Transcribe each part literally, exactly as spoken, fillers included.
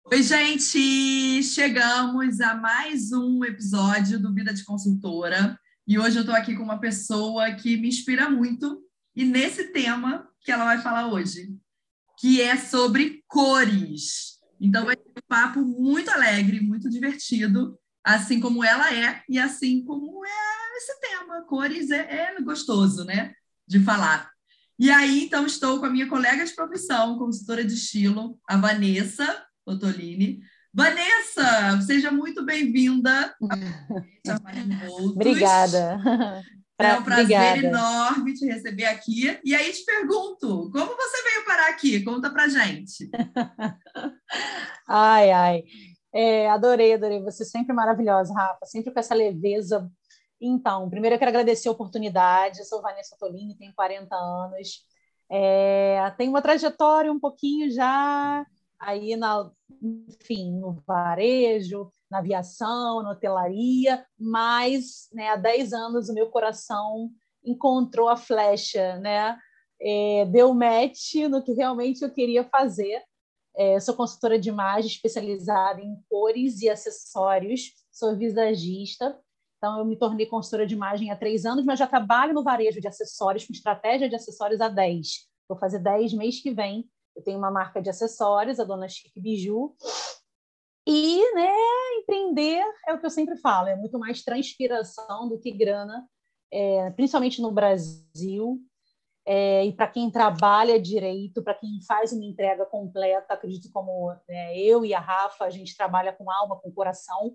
Oi, gente! Chegamos a mais um episódio do Vida de Consultora e hoje eu estou aqui com uma pessoa que me inspira muito e nesse tema que ela vai falar hoje, que é sobre cores. Então vai ser um papo muito alegre, muito divertido, assim como ela é e assim como é esse tema. Cores é, é gostoso, né, de falar. E aí, então, estou com a minha colega de profissão, consultora de estilo, a Vanessa Ottolini. Vanessa, seja muito bem-vinda ao Marine Voltos. Obrigada. É Pra... um prazer Obrigada. enorme te receber aqui. E aí te pergunto, como você veio parar aqui? Conta pra gente. Ai, ai. É, adorei, adorei. Você sempre maravilhosa, Rafa, sempre com essa leveza. Então, primeiro eu quero agradecer a oportunidade. Eu sou Vanessa Ottolini, tenho quarenta anos. É, tenho uma trajetória um pouquinho já aí na, enfim, no varejo, na aviação, na hotelaria, mas, né, há dez anos o meu coração encontrou a flecha, né? É, deu match no que realmente eu queria fazer. É, eu sou consultora de imagem especializada em cores e acessórios, sou visagista, então eu me tornei consultora de imagem há três anos, mas já trabalho no varejo de acessórios, com estratégia de acessórios há dez. Vou fazer dez mês que vem. Eu tenho uma marca de acessórios, a Dona Chique Biju, e, né, empreender é o que eu sempre falo, é muito mais transpiração do que grana, é, principalmente no Brasil. É, e para quem trabalha direito, para quem faz uma entrega completa, acredito como né, eu e a Rafa, a gente trabalha com alma, com coração.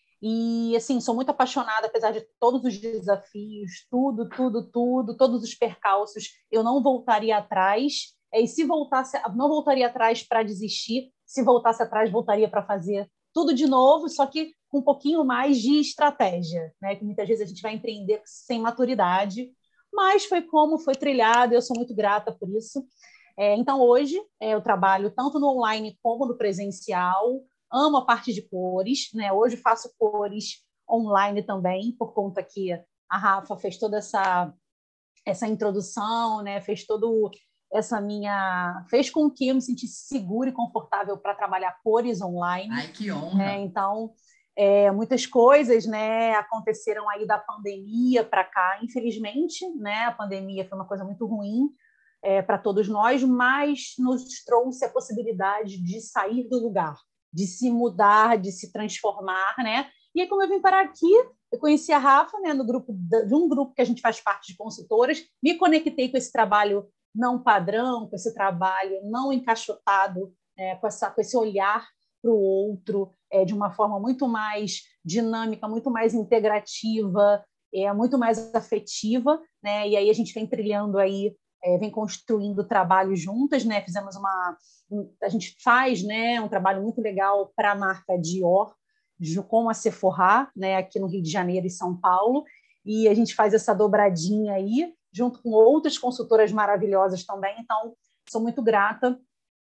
E, assim, sou muito apaixonada, apesar de todos os desafios, tudo, tudo, tudo, todos os percalços, eu não voltaria atrás. É, e se voltasse, não voltaria atrás para desistir, se voltasse atrás, voltaria para fazer tudo de novo, só que com um pouquinho mais de estratégia, né? Que muitas vezes a gente vai empreender sem maturidade, mas foi como foi trilhado, eu sou muito grata por isso. É, então, hoje, é, eu trabalho tanto no online como no presencial, amo a parte de cores, né? Hoje faço cores online também, por conta que a Rafa fez toda essa, essa introdução, né? Fez todo essa minha... fez com que eu me sentisse segura e confortável para trabalhar cores online, Ai, que né? honra! Então, é, muitas coisas, né, aconteceram aí da pandemia para cá, infelizmente, né? A pandemia foi uma coisa muito ruim é, para todos nós, mas nos trouxe a possibilidade de sair do lugar, de se mudar, de se transformar, né? E aí, como eu vim parar aqui, eu conheci a Rafa, né, no grupo de um grupo que a gente faz parte de consultoras, me conectei com esse trabalho não padrão, com esse trabalho não encaixotado, é, com, essa, com esse olhar para o outro, é, de uma forma muito mais dinâmica, muito mais integrativa, é, muito mais afetiva, né? E aí a gente vem trilhando aí, é, vem construindo trabalho juntas, né? Fizemos uma, a gente faz, né, um trabalho muito legal para a marca Dior, com a Sephora, né, aqui no Rio de Janeiro e São Paulo, e a gente faz essa dobradinha aí, junto com outras consultoras maravilhosas também, então sou muito grata.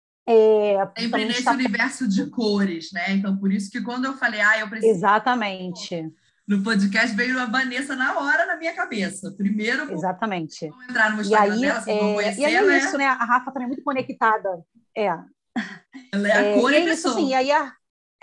É, Sempre também nesse está... universo de cores, né? Então, por isso que quando eu falei, ah, eu preciso Exatamente, no podcast, veio a Vanessa na hora na minha cabeça. Primeiro, porque exatamente. vão entrar no E Instagram aí, dela, vocês vão é, e conhecer, aí ela é é, isso, né? A Rafa também é muito conectada. É, ela é a é cor e e é isso, assim, e pessoa. aí a...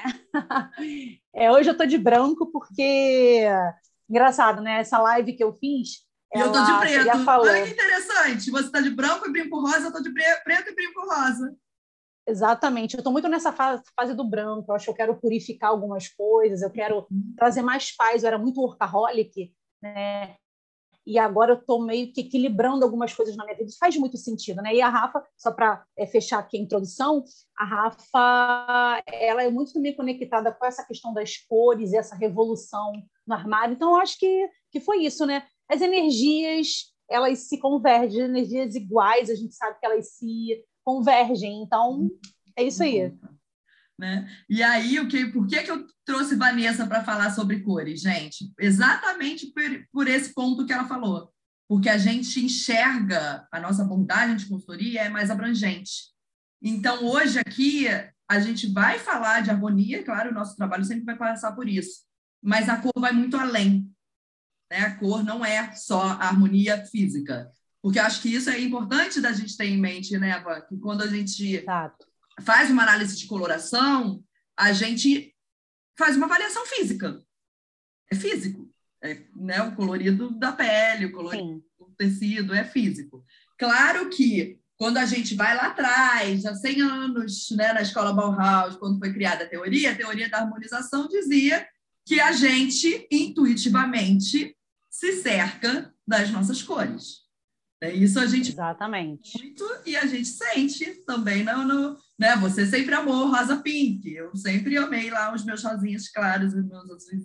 é, hoje eu tô de branco porque, engraçado, né? Essa live que eu fiz, E eu tô de ela, você preto. já Olha que falou. interessante. Você tá de branco e brinco rosa, eu tô de preto e brinco rosa. Exatamente, eu estou muito nessa fase, fase do branco, eu acho que eu quero purificar algumas coisas, eu quero trazer mais paz, eu era muito workaholic, né? E agora eu estou meio que equilibrando algumas coisas na minha vida, isso faz muito sentido, né? E a Rafa, só para é, fechar aqui a introdução, a Rafa, ela é muito também conectada com essa questão das cores, essa revolução no armário, então eu acho que, que foi isso, né? As energias, elas se convergem, energias iguais, a gente sabe que elas se convergem, então é isso aí. Né? E aí, o que, por que, que eu trouxe Vanessa para falar sobre cores, gente? Exatamente por, por esse ponto que ela falou. Porque a gente enxerga, a nossa abordagem de consultoria é mais abrangente. Então, hoje aqui, a gente vai falar de harmonia, claro, o nosso trabalho sempre vai passar por isso, mas a cor vai muito além. Né? A cor não é só a harmonia física. Porque eu acho que isso é importante da gente ter em mente, né, Eva? Que quando a gente Exato. faz uma análise de coloração, a gente faz uma avaliação física. É físico. É, né, o colorido da pele, o colorido Sim. do tecido, é físico. Claro que quando a gente vai lá atrás, há cem anos, né, na escola Bauhaus, quando foi criada a teoria, a teoria da harmonização dizia que a gente, intuitivamente, se cerca das nossas cores. É isso a gente Exatamente. muito e a gente sente também no, no, né? Você sempre amou rosa pink. Eu sempre amei lá os meus rosinhas claros e os meus azuis.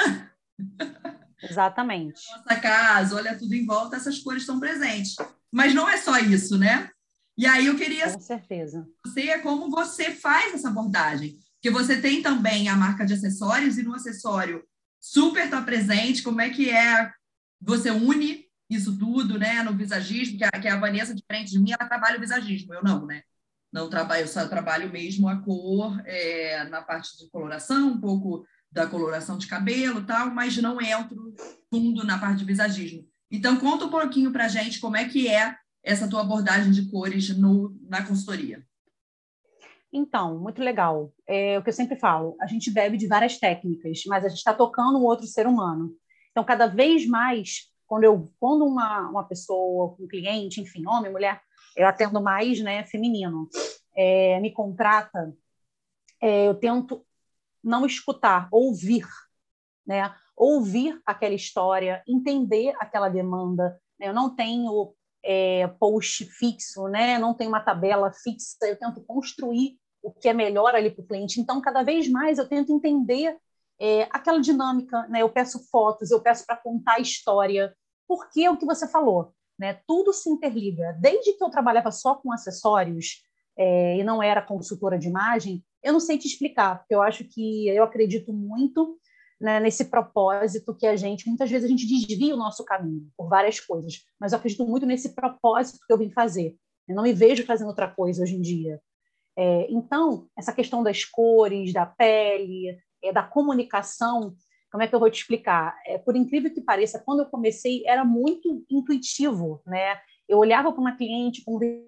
Exatamente. Nossa casa, olha tudo em volta, essas cores estão presentes. Mas não é só isso, né? E aí eu queria Com certeza. Você é como você faz essa abordagem. Porque você tem também a marca de acessórios e no acessório super está presente. Como é que é? Você une isso tudo, né? No visagismo, que a, que a Vanessa, diferente de mim, ela trabalha o visagismo. Eu não, né? Não trabalho, eu só trabalho mesmo a cor é, na parte de coloração, um pouco da coloração de cabelo e tal, mas não entro fundo na parte de visagismo. Então, conta um pouquinho para a gente como é que é essa tua abordagem de cores no, na consultoria. Então, muito legal. É o que eu sempre falo, a gente bebe de várias técnicas, mas a gente está tocando um outro ser humano. Então, cada vez mais, quando eu quando uma, uma pessoa, um cliente, enfim, homem, mulher, eu atendo mais, né, feminino, é, me contrata, é, eu tento não escutar, ouvir, né? Ouvir aquela história, entender aquela demanda. Né? Eu não tenho é, post fixo, né? Não tenho uma tabela fixa, eu tento construir o que é melhor ali para o cliente. Então, cada vez mais eu tento entender é, aquela dinâmica, né? Eu peço fotos, eu peço para contar a história, porque é o que você falou, né? Tudo se interliga. Desde que eu trabalhava só com acessórios é, e não era consultora de imagem, eu não sei te explicar, porque eu acho que eu acredito muito, né, nesse propósito que a gente, muitas vezes a gente desvia o nosso caminho por várias coisas, mas eu acredito muito nesse propósito que eu vim fazer. Eu não me vejo fazendo outra coisa hoje em dia. É, então, essa questão das cores, da pele, é, da comunicação, como é que eu vou te explicar? É, por incrível que pareça, quando eu comecei, era muito intuitivo, né? Eu olhava para uma cliente,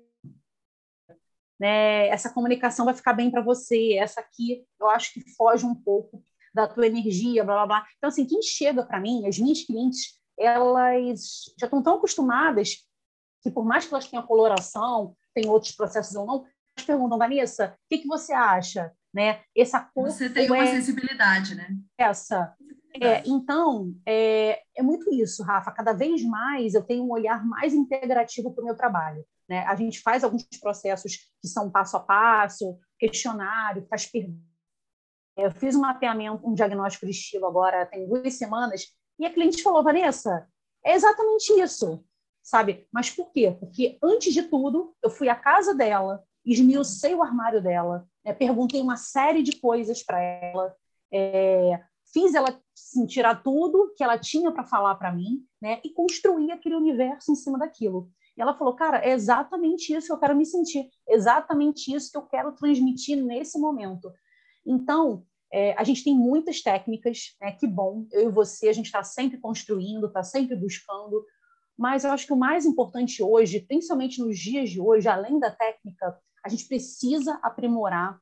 né, essa comunicação vai ficar bem para você, essa aqui eu acho que foge um pouco da tua energia, blá, blá, blá. Então, assim, quem chega para mim, as minhas clientes, elas já estão tão acostumadas que, por mais que elas tenham coloração, tem outros processos ou não, elas perguntam, Vanessa, o que, que você acha? Né? Essa cor você tem uma é sensibilidade, né? Essa. É, então, é, é muito isso, Rafa. Cada vez mais eu tenho um olhar mais integrativo para o meu trabalho. Né? A gente faz alguns processos que são passo a passo, questionário, faz perguntas. Eu fiz um mapeamento, um diagnóstico de estilo agora tem duas semanas, e a cliente falou, Vanessa, é exatamente isso, sabe? Mas por quê? Porque, antes de tudo, eu fui à casa dela, esmiucei o armário dela, né? Perguntei uma série de coisas para ela, é, fiz ela sentir a tudo que ela tinha para falar para mim, né? E construí aquele universo em cima daquilo. E ela falou, cara, é exatamente isso que eu quero me sentir, exatamente isso que eu quero transmitir nesse momento. Então, é, a gente tem muitas técnicas, né? Que bom, eu e você, a gente está sempre construindo, está sempre buscando, mas eu acho que o mais importante hoje, principalmente nos dias de hoje, além da técnica, a gente precisa aprimorar,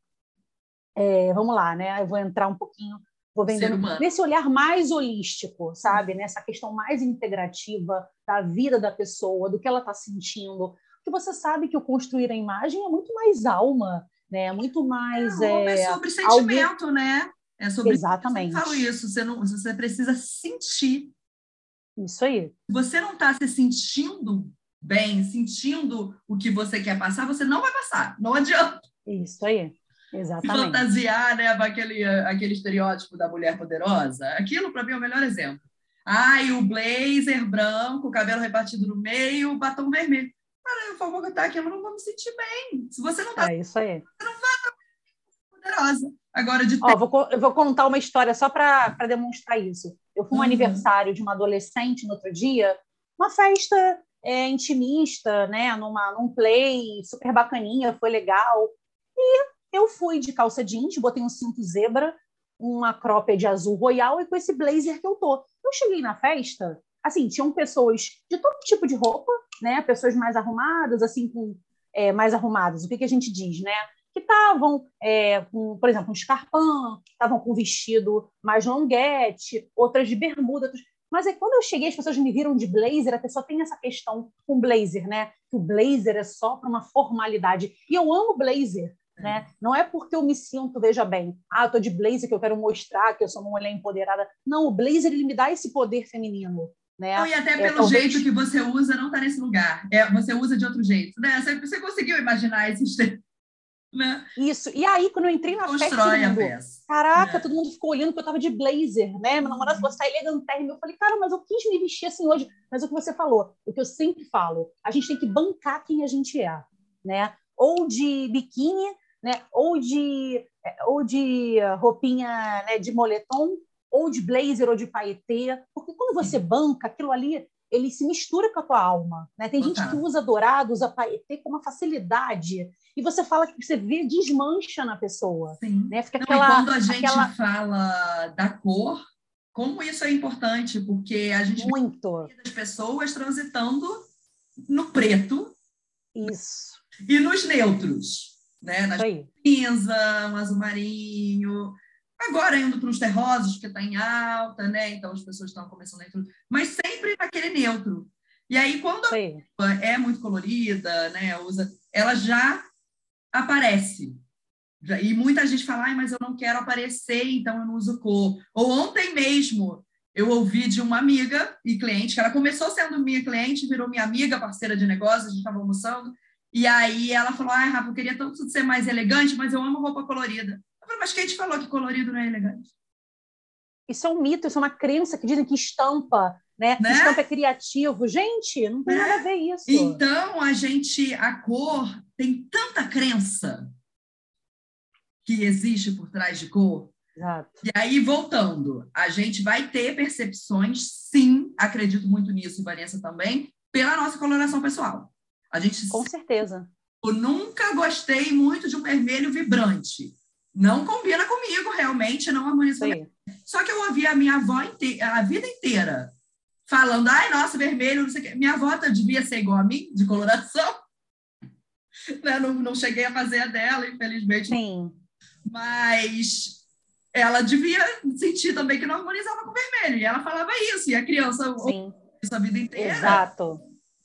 é, vamos lá, né? Eu vou entrar um pouquinho, vou vendendo nesse olhar mais holístico, sabe? Nessa questão mais integrativa da vida da pessoa, do que ela está sentindo, porque você sabe que o construir a imagem é muito mais alma, né? Muito mais é, é sobre sentimento, algo... né? É sobre Exatamente. Eu falo isso, você não, você precisa sentir. Isso aí. Você não está se sentindo bem, sentindo o que você quer passar, você não vai passar. Não adianta. Isso aí. Exatamente. Se fantasiar, né, aquele, aquele estereótipo da mulher poderosa. Aquilo, para mim, é o melhor exemplo. Ai, o blazer branco, o cabelo repartido no meio, o batom vermelho. Cara, eu vou botar aquilo, eu não vou me sentir bem. Se você não está... É isso aí. Você não vai estar poderosa. Agora, de ter... Ó, vou, eu vou contar uma história só para demonstrar isso. Eu fui um uhum. aniversário de uma adolescente no outro dia, uma festa é, intimista, né, numa, num play super bacaninha, foi legal. E eu fui de calça jeans, botei um cinto zebra, uma cropped azul royal e com esse blazer que eu tô. Eu cheguei na festa, assim, tinham pessoas de todo tipo de roupa, né, pessoas mais arrumadas, assim, com, é, mais arrumadas. O que, que a gente diz, né? Que estavam, é, com, por exemplo, um escarpão, estavam com vestido mais longuete, outras de bermuda. Outras... Mas aí, quando eu cheguei, as pessoas me viram de blazer, a pessoa tem essa questão com blazer, né? Que o blazer é só para uma formalidade. E eu amo blazer, né? Não é porque eu me sinto, veja bem, ah, eu tô de blazer que eu quero mostrar que eu sou uma mulher empoderada. Não, o blazer, ele me dá esse poder feminino, né? Não, e até É, pelo talvez... jeito que você usa, não está nesse lugar. É, você usa de outro jeito, né? Você, você conseguiu imaginar esses termos, né? Isso. E aí, quando eu entrei na festa, todo Constrói a mundo... peça. Caraca, Né? todo mundo ficou olhando porque eu tava de blazer, né? Meu namorado falou, você tá elegantérrimo. Eu falei, cara, mas eu quis me vestir assim hoje. Mas o que você falou, o que eu sempre falo, a gente tem que bancar quem a gente é, né? Ou de biquíni, né? Ou de, ou de roupinha, né? De moletom, ou de blazer, ou de paetê. Porque quando você banca, aquilo ali, ele se mistura com a tua alma, né? Tem gente que Total. usa dourado, usa paetê com uma facilidade. E você fala que você vê, desmancha na pessoa. Sim. Né? Fica Não, e aquela, quando a gente aquela... fala da cor, como isso é importante, porque a gente Muito. vê as pessoas transitando no preto Isso. e nos neutros, né? Nas Isso aí. cinza, um azul marinho, agora indo para os terrosos, porque está em alta, né? Então as pessoas estão começando a entrar, mas sempre naquele neutro. E aí, quando Isso a aí. roupa é muito colorida, né? Usa, ela já aparece. E muita gente fala, ai, mas eu não quero aparecer, então eu não uso cor. Ou ontem mesmo, eu ouvi de uma amiga e cliente, que ela começou sendo minha cliente, virou minha amiga, parceira de negócio, a gente estava almoçando, e aí ela falou, ai, Rafa, eu queria tanto ser mais elegante, mas eu amo roupa colorida. Eu falei, mas quem te falou que colorido não é elegante? Isso é um mito, isso é uma crença que dizem que estampa, né? Que Né? estampa é criativo. Gente, não tem nada a Né? ver isso. Então, a gente, a cor tem tanta crença que existe por trás de cor. Exato. E aí, voltando, a gente vai ter percepções, sim, acredito muito nisso, e Vanessa também, pela nossa coloração pessoal. A gente, Com certeza. eu nunca gostei muito de um vermelho vibrante. Não combina comigo, realmente, não harmoniza comigo. Só que eu ouvi a minha avó inte- a vida inteira falando, ai, nossa, vermelho, não sei o quê. Minha avó devia ser igual a mim, de coloração. Né? Não, não cheguei a fazer a dela, infelizmente. Sim. Mas ela devia sentir também que não harmonizava com o vermelho. E ela falava isso. E a criança, Sim. isso a vida inteira, Exato.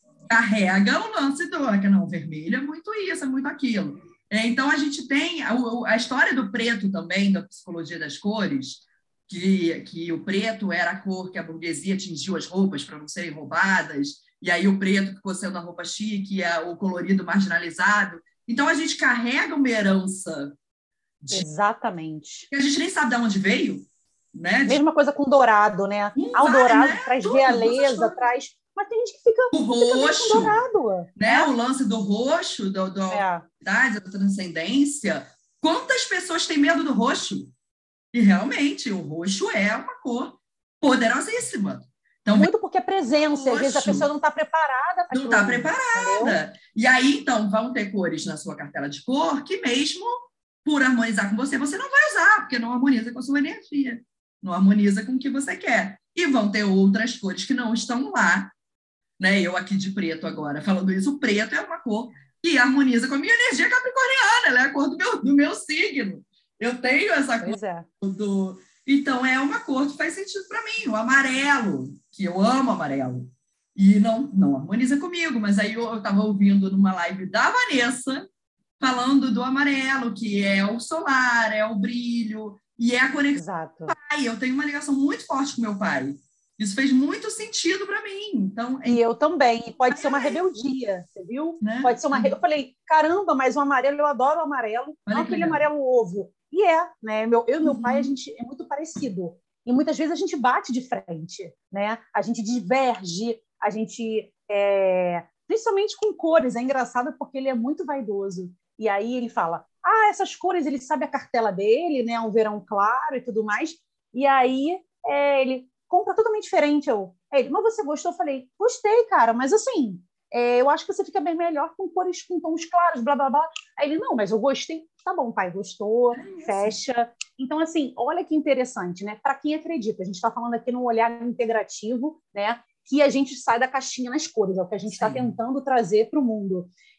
carrega o lance do que não, vermelho é muito isso, é muito aquilo. É, então, a gente tem a, a história do preto também, da psicologia das cores, que, que o preto era a cor que a burguesia tingiu as roupas para não serem roubadas, e aí o preto ficou sendo a roupa chique, a, o colorido marginalizado. Então, a gente carrega uma herança de, Exatamente. que a gente nem sabe de onde veio, né? De, Mesma coisa com dourado, né? um Ah, o vai, dourado né? traz Tudo, realeza, traz... Mas tem gente que fica, o fica bem com roxo, dourado, né? né? O lance do roxo, do, do É. da transcendência. Quantas pessoas têm medo do roxo? E realmente, o roxo é uma cor poderosíssima. Então, Muito porque é presença, às vezes a pessoa não está preparada para não aquilo está ali, preparada. entendeu? E aí, então, vão ter cores na sua cartela de cor que mesmo por harmonizar com você, você não vai usar, porque não harmoniza com a sua energia, não harmoniza com o que você quer. E vão ter outras cores que não estão lá, né? Eu aqui de preto agora, falando isso, o preto é uma cor que harmoniza com a minha energia capricorniana, ela é a cor do meu, do meu signo. Eu tenho essa cor Pois é. do... Então, é uma cor que faz sentido para mim. O amarelo, que eu amo amarelo. E não, não harmoniza comigo, mas aí eu estava ouvindo numa live da Vanessa, falando do amarelo, que é o solar, é o brilho, e é a conexão Exato. com o pai. Eu tenho uma ligação muito forte com meu pai. Isso fez muito sentido para mim. Então, E eu também. E pode ser uma rebeldia, você viu? né? Pode ser uma. Re... Eu falei, caramba, mas o amarelo, eu adoro o amarelo. Olha Não que aquele legal. amarelo ovo. E é, né? Meu, eu e meu Uhum. pai, a gente é muito parecido. E muitas vezes a gente bate de frente, né? A gente diverge, a gente. É... Principalmente com cores. É engraçado porque ele é muito vaidoso. E aí ele fala: ah, essas cores, ele sabe a cartela dele, né? Um verão claro e tudo mais. E aí é, ele compra totalmente diferente. Eu, aí ele, mas você gostou? Eu falei, gostei, cara, mas assim, é, eu acho que você fica bem melhor com cores, com tons claros, blá, blá, blá. Aí ele, não, mas eu gostei. Tá bom, pai, gostou, É fecha. Então, assim, olha que interessante, né? Para quem acredita, a gente está falando aqui num olhar integrativo, né? Que a gente sai da caixinha nas cores, é o que a gente está tentando trazer para o mundo.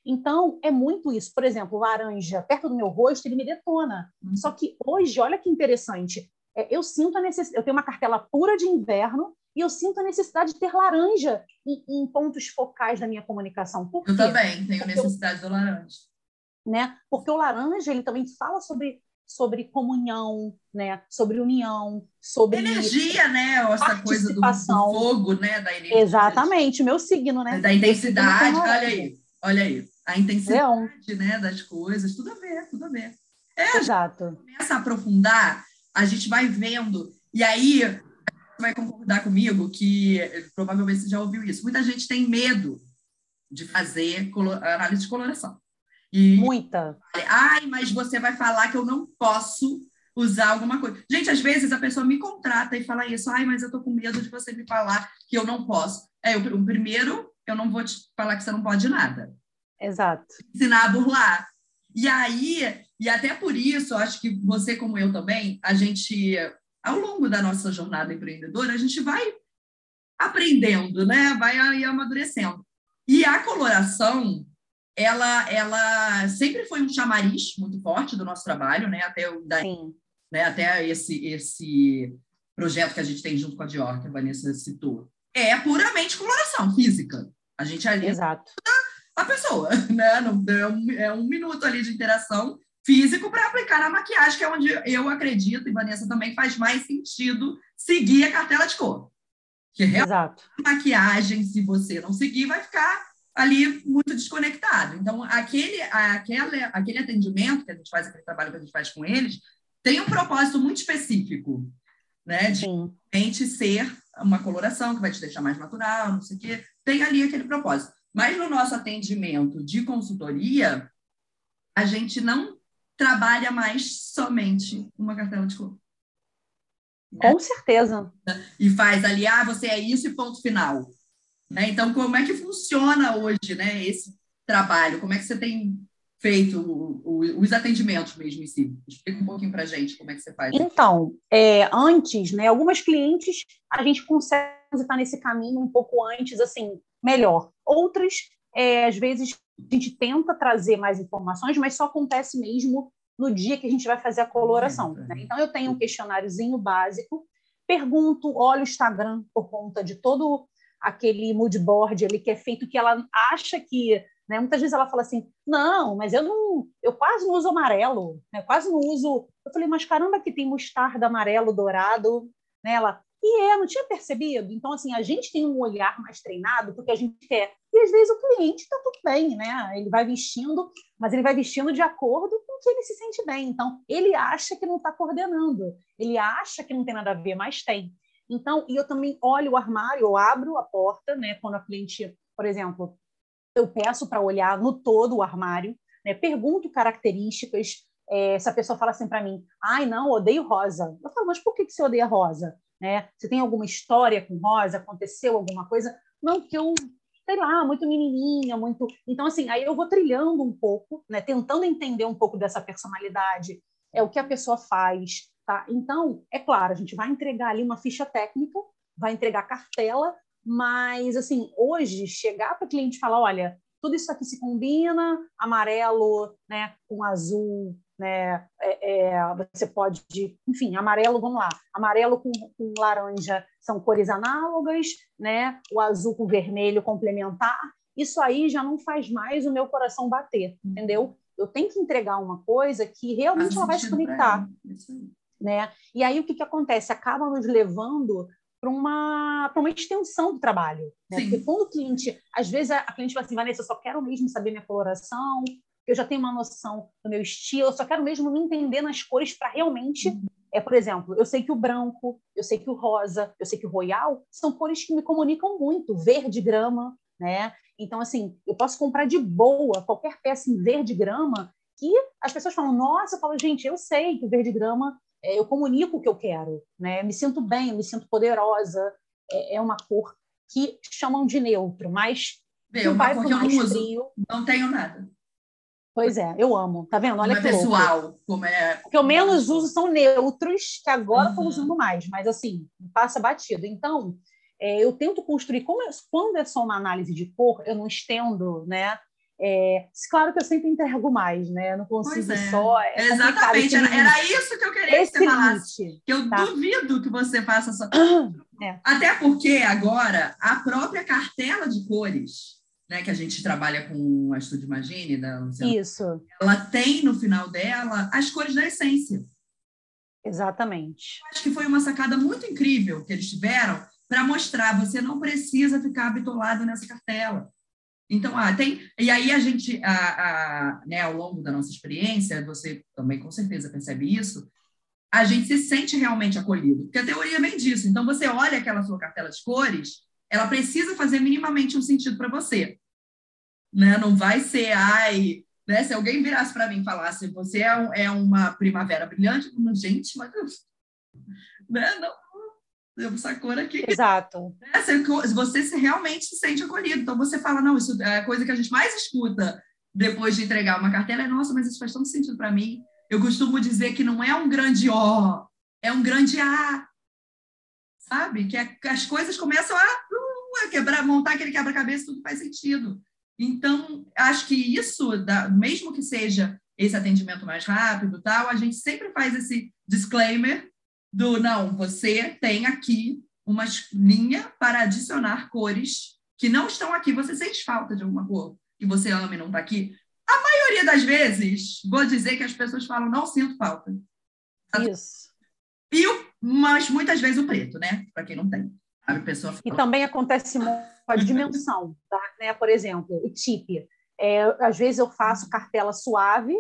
Então, é muito isso. Por exemplo, laranja, perto do meu rosto, ele me detona. Uhum. Só que hoje, olha que interessante, é, eu sinto a necessidade, eu tenho uma cartela pura de inverno e eu sinto a necessidade de ter laranja em, em pontos focais da minha comunicação. Por Eu quê? também tenho Porque, eu, necessidade do laranja. né? Porque o laranja ele também fala sobre, sobre comunhão, né? Sobre união, sobre Energia, né? Essa coisa do, do participação. fogo, né? Da energia, Exatamente, meu signo, né? da Meu signo tem intensidade. Olha laranja. aí, olha aí. A Leão. intensidade, né, das coisas, tudo a ver, tudo a ver. É, a gente Exato. começa a aprofundar, a gente vai vendo. E aí, você vai concordar comigo que provavelmente você já ouviu isso. Muita gente tem medo de fazer análise de coloração. E, Muita. ai, mas você vai falar que eu não posso usar alguma coisa. Gente, às vezes a pessoa me contrata e fala isso, ai, mas eu tô com medo de você me falar que eu não posso. É, o, o primeiro, eu não vou te falar que você não pode nada. Exato. Ensinar a burlar. E aí, e até por isso, acho que você, como eu também, a gente, ao longo da nossa jornada empreendedora, a gente vai aprendendo, né? Vai aí amadurecendo. E a coloração, ela, ela sempre foi um chamariz muito forte do nosso trabalho, né? Até, o, da, né? Até esse, esse projeto que a gente tem junto com a Dior, que a Vanessa citou. É puramente coloração física. A gente ali Exato. a pessoa, né? É um, é um minuto ali de interação físico para aplicar na maquiagem, que é onde eu acredito, e Vanessa também faz mais sentido seguir a cartela de cor. Que Exato. A maquiagem, se você não seguir, vai ficar ali muito desconectado. Então, aquele, aquele, aquele atendimento que a gente faz, aquele trabalho que a gente faz com eles, tem um propósito muito específico, né? De realmente ser uma coloração que vai te deixar mais natural, não sei o quê. Tem ali aquele propósito. Mas no nosso atendimento de consultoria, a gente não trabalha mais somente uma cartela de cor. Com certeza. E faz ali, ah, você é isso e ponto final. Né? Então, como é que funciona hoje, né, esse trabalho? Como é que você tem feito o, o, os atendimentos mesmo em si? Explica um pouquinho para a gente como é que você faz. Então, é, antes, né, algumas clientes a gente consegue estar nesse caminho um pouco antes, assim, melhor. Outras, é, às vezes, a gente tenta trazer mais informações, mas só acontece mesmo no dia que a gente vai fazer a coloração. Né? Então, eu tenho um questionáriozinho básico, pergunto, olho o Instagram por conta de todo aquele mood board ali que é feito que ela acha que... Né? Muitas vezes ela fala assim, não, mas eu não, eu quase não uso amarelo, né? Quase não uso... Eu falei, mas caramba que tem mostarda, amarelo, dourado. Né? Ela, e é, não tinha percebido? Então, assim, a gente tem um olhar mais treinado porque a gente quer. E às vezes o cliente está tudo bem, né? Ele vai vestindo, mas ele vai vestindo de acordo com o que ele se sente bem. Então, ele acha que não está coordenando, ele acha que não tem nada a ver, mas tem. Então, e eu também olho o armário, eu abro a porta, né? Quando a cliente, por exemplo, eu peço para olhar no todo o armário, né? Pergunto características. É, se a pessoa fala assim para mim, ai, não, odeio rosa. Eu falo, mas por que, que você odeia rosa? Né? Você tem alguma história com rosa? Aconteceu alguma coisa? Não, que eu, sei lá, muito menininha, muito... Então, assim, aí eu vou trilhando um pouco, né? Tentando entender um pouco dessa personalidade, é o que a pessoa faz, tá? Então, é claro, a gente vai entregar ali uma ficha técnica, vai entregar cartela, mas, assim, hoje, chegar para o cliente e falar, olha, tudo isso aqui se combina, amarelo, né, com azul, né, é, é, você pode, enfim, amarelo, vamos lá, amarelo com, com laranja são cores análogas, né, o azul com vermelho complementar, isso aí já não faz mais o meu coração bater, uhum. Entendeu? Eu tenho que entregar uma coisa que realmente ela vai se conectar, né? E aí o que, que acontece? Acaba nos levando para uma, para uma extensão do trabalho. Né? Porque quando o cliente... Às vezes a, a cliente fala assim, Vanessa, eu só quero mesmo saber minha coloração, eu já tenho uma noção do meu estilo, eu só quero mesmo me entender nas cores para realmente... Uhum. É, por exemplo, eu sei que o branco, eu sei que o rosa, eu sei que o royal são cores que me comunicam muito. Verde grama, né? Então, assim, eu posso comprar de boa qualquer peça em verde grama que as pessoas falam, nossa, eu falo, gente, eu sei que o verde grama eu comunico o que eu quero, né? Me sinto bem, me sinto poderosa. É, é uma cor que chamam de neutro, mas é uma vai cor que eu não uso, frio. não tenho nada. Pois é, eu amo, tá vendo? Olha como que é pessoal, louco. como é... O que eu menos uso são neutros, que agora estou uhum. usando mais, mas assim, passa batido. Então, é, eu tento construir, como eu, quando é só uma análise de cor, eu não estendo, né? É, claro que eu sempre entrego mais, né? Eu não consigo é. só. É Exatamente, era, era isso que eu queria esse que você falasse. limite, Que eu tá? duvido que você faça só. É. Até porque agora a própria cartela de cores, né, que a gente trabalha com a Estúdio Imagine, da Luciana, Isso. ela tem no final dela as cores da essência. Exatamente. Acho que foi uma sacada muito incrível que eles tiveram para mostrar, você não precisa ficar bitolado nessa cartela. Então, ah, tem. E aí a gente, a, a, né, ao longo da nossa experiência, você também com certeza percebe isso, a gente se sente realmente acolhido, porque a teoria vem disso. Então, você olha aquela sua cartela de cores, ela precisa fazer minimamente um sentido para você. Né? Não vai ser, ai, né? Se alguém virasse para mim e falasse, você é, um, é uma primavera brilhante, gente, mas né? Não, essa cor aqui. Exato. Você se realmente se sente acolhido. Então você fala, não, isso é a coisa que a gente mais escuta depois de entregar uma cartela, é nossa, mas isso faz tanto sentido para mim. Eu costumo dizer que não é um grande O, é um grande A. Sabe? Que, é, que as coisas começam a, uh, a quebrar, montar aquele quebra-cabeça, tudo faz sentido. Então, acho que isso, da, mesmo que seja esse atendimento mais rápido, tal, a gente sempre faz esse disclaimer do, não, você tem aqui uma linha para adicionar cores que não estão aqui. Você sente falta de alguma cor que você ama e não está aqui? A maioria das vezes, vou dizer que as pessoas falam, não sinto falta. Isso. E o, mas muitas vezes o preto, né? Para quem não tem. A pessoa fala... E também acontece com a dimensão, tá? Né? Por exemplo, o tip. É, às vezes eu faço cartela suave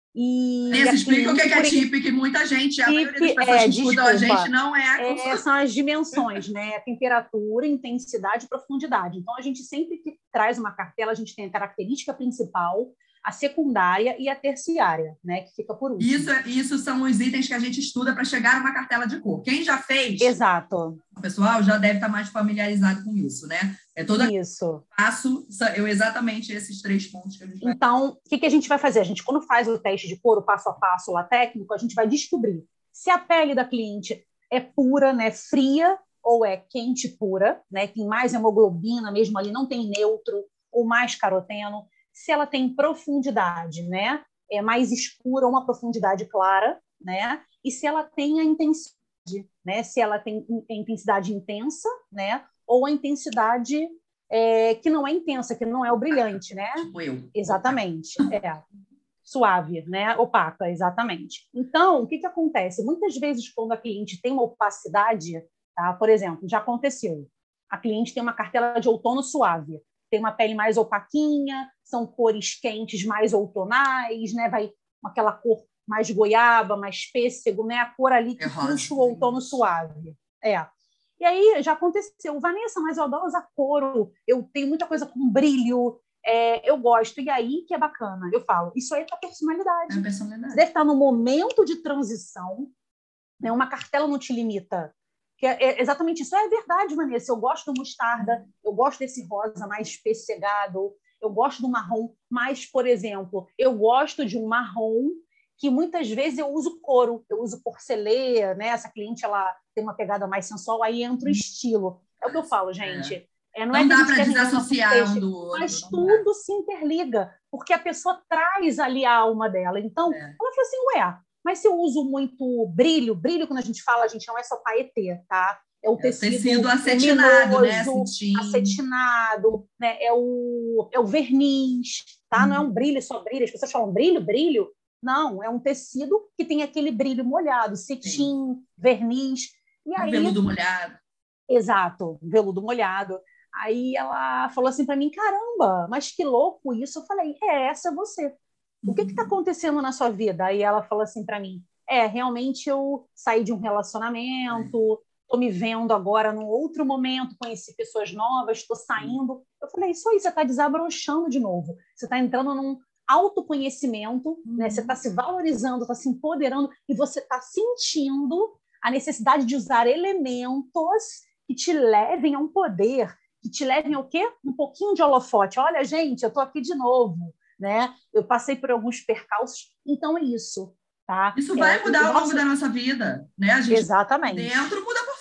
e... Nesse, explica o que é tip, que muita gente, a maioria das pessoas é, que escutam desculpa, a gente não é... é... São as dimensões, né? Temperatura, intensidade e profundidade. Então, a gente sempre que traz uma cartela, a gente tem a característica principal, a secundária e a terciária, né? Que fica por último. Isso, isso são os itens que a gente estuda para chegar a uma cartela de cor. Quem já fez... Exato. O pessoal já deve estar mais familiarizado com isso, né? É todo isso. passo, eu exatamente esses três pontos que a gente vai... Então, o que, que a gente vai fazer? A gente, quando faz o teste de cor, o passo a passo lá técnico, a gente vai descobrir se a pele da cliente é pura, né, fria, ou é quente pura, né, tem mais hemoglobina mesmo ali, não tem neutro, ou mais caroteno, se ela tem profundidade, né, é mais escura ou uma profundidade clara, né, e se ela tem a intensidade, né, se ela tem a intensidade intensa, né, ou a intensidade é, que não é intensa, que não é o brilhante, né? Tipo eu. Exatamente, é. Suave, né? Opaca, exatamente. Então, o que, que acontece? Muitas vezes, quando a cliente tem uma opacidade, tá? Por exemplo, já aconteceu, a cliente tem uma cartela de outono suave, tem uma pele mais opaquinha, são cores quentes mais outonais, né? Vai com aquela cor mais goiaba, mais pêssego, né? A cor ali que é puxa o outono suave. É. E aí já aconteceu, Vanessa, mas eu adoro usar couro, eu tenho muita coisa com brilho, é, eu gosto. E aí que é bacana, eu falo, isso aí é a personalidade. É a personalidade. Você deve estar no momento de transição, né? Uma cartela não te limita. Que é, é exatamente isso. É verdade, Vanessa, eu gosto do mostarda, eu gosto desse rosa mais pessegado, eu gosto do marrom, mas, por exemplo, eu gosto de um marrom que muitas vezes eu uso couro, eu uso porcelê, né? Essa cliente ela tem uma pegada mais sensual, aí entra o estilo. É o que eu falo, gente. É. É, não, não é dá para desassociar um do outro. Mas tudo dá. Se interliga, porque a pessoa traz ali a alma dela. Então, é. Ela fala assim, ué, mas se eu uso muito brilho, brilho quando a gente fala, a gente não é só paetê, tá? É o é tecido, tecido acetinado, luminoso, né? Cetim. acetinado, né? É o, é o verniz, tá? Hum. Não é um brilho só brilho. As pessoas falam brilho, brilho. Não, é um tecido que tem aquele brilho molhado, cetim, Sim. verniz. E um aí, veludo molhado. Exato, veludo molhado. Aí ela falou assim para mim, caramba, mas que louco isso. Eu falei, é, essa é você. O que está acontecendo na sua vida? Aí ela falou assim para mim, é, realmente eu saí de um relacionamento, estou me vendo agora num outro momento, conheci pessoas novas, estou saindo. Eu falei, isso aí, você está desabrochando de novo. Você está entrando num autoconhecimento, uhum. né? Você está se valorizando, está se empoderando e você está sentindo a necessidade de usar elementos que te levem a um poder, que te levem ao quê? Um pouquinho de holofote. Olha, gente, eu estou aqui de novo, né? Eu passei por alguns percalços, então é isso, tá? Isso vai é, mudar ao longo nosso... da nossa vida, né? A gente Exatamente. dentro muda por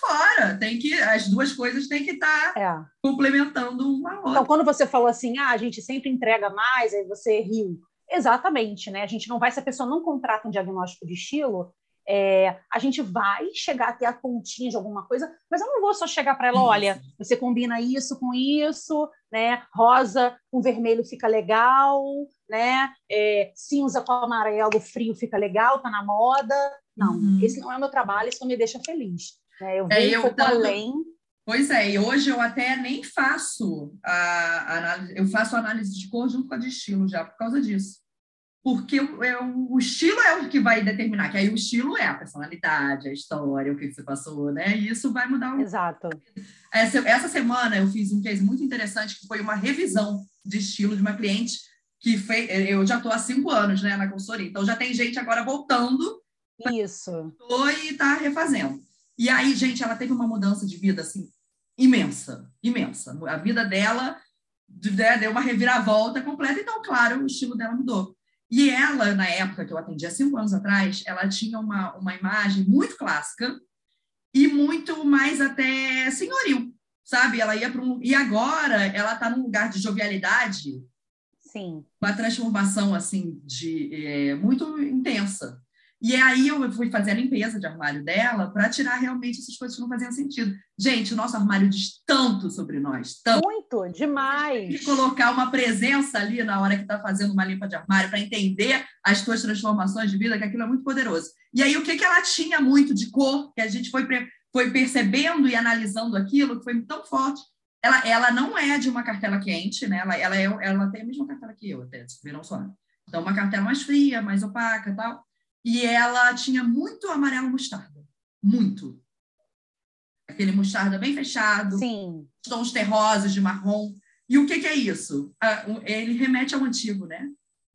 fora. Tem que, as duas coisas têm que estar É. complementando uma a outra. Então, quando você falou assim, ah, a gente sempre entrega mais, aí você riu. Exatamente, né? A gente não vai, se a pessoa não contrata um diagnóstico de estilo, é, a gente vai chegar até a pontinha de alguma coisa, mas eu não vou só chegar para ela, olha, você combina isso com isso, né? Rosa com vermelho fica legal, né? É, cinza com amarelo frio fica legal, tá na moda. Não, uhum. Esse não é o meu trabalho, isso não me deixa feliz. Né? Eu vejo é, um pouco tanto... além. Pois é, e hoje eu até nem faço a análise, eu faço a análise de cor junto com a de estilo já, por causa disso. Porque o, é, o estilo é o que vai determinar, que aí o estilo é a personalidade, a história, o que você passou, né? E isso vai mudar o... Exato. Essa, essa semana eu fiz um case muito interessante, que foi uma revisão de estilo de uma cliente que fez... Eu já estou há cinco anos, né, na consultoria, então já tem gente agora voltando. Isso. E está refazendo. E aí, gente, ela teve uma mudança de vida, assim, imensa, imensa. A vida dela deu uma reviravolta completa, então, claro, o estilo dela mudou. E ela, na época que eu atendi, há cinco anos atrás, ela tinha uma, uma imagem muito clássica e muito mais até senhoril, sabe? Ela ia para um... E agora ela está num lugar de jovialidade. Sim. Uma transformação, assim, de, é, muito intensa. E aí eu fui fazer a limpeza de armário dela para tirar realmente essas coisas que não faziam sentido. Gente, o nosso armário diz tanto sobre nós. Tanto. Muito, demais. Você tem que colocar uma presença ali na hora que está fazendo uma limpa de armário para entender as tuas transformações de vida, que aquilo é muito poderoso. E aí o que, que ela tinha muito de cor, que a gente foi, foi percebendo e analisando aquilo, que foi tão forte. Ela, ela não é de uma cartela quente, né? Ela, ela, é, ela tem a mesma cartela que eu, até, se viram só. Então, uma cartela mais fria, mais opaca e tal. E ela tinha muito amarelo mostarda. Muito. Aquele mostarda bem fechado. Sim. Tons terrosos de marrom. E o que, que é isso? Ele remete ao antigo, né?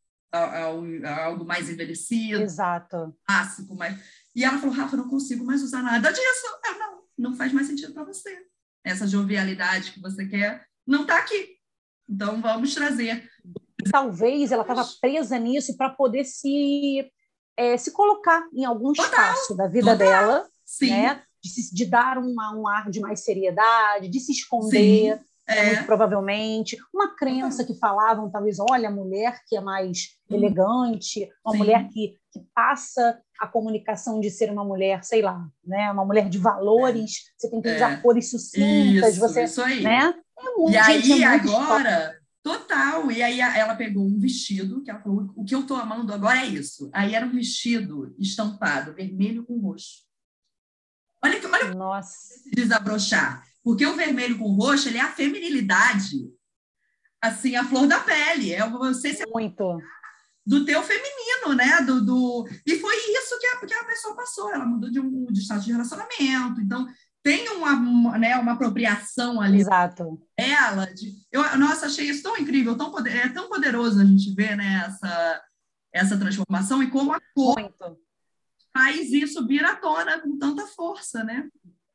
A algo mais envelhecido. Exato. Clássico. Mas... E ela falou, Rafa, não consigo mais usar nada disso. Eu, não, não faz mais sentido para você. Essa jovialidade que você quer não está aqui. Então, vamos trazer. Talvez ela estava presa nisso para poder se... É, se colocar em algum total, espaço da vida total, dela, sim. Né? De, se, de dar uma, um ar de mais seriedade, de se esconder, sim, né? é. Muito provavelmente. Uma crença total. Que falavam, talvez, olha, a mulher que é mais hum. elegante, uma sim. mulher que, que passa a comunicação de ser uma mulher, sei lá, né? Uma mulher de valores, é. Você tem que usar é. Cores sucintas, isso, você, isso aí. Né? É muito, e gente, aí, é muito agora... história. Total, e aí ela pegou um vestido, que ela falou, o que eu estou amando agora é isso. Aí era um vestido estampado, vermelho com roxo. Olha que olha Nossa. Se desabrochar, porque o vermelho com roxo, ele é a feminilidade, assim, a flor da pele, é você se muito do teu feminino, né? Do, do... E foi isso que a, que a pessoa passou, ela mudou de um de estado de relacionamento, então tem uma, né, uma apropriação ali. Exato. Ela, de, eu, nossa, achei isso tão incrível, tão poder, é tão poderoso a gente ver, né, essa, essa transformação e como a cor Muito. faz isso vir à tona com tanta força, né?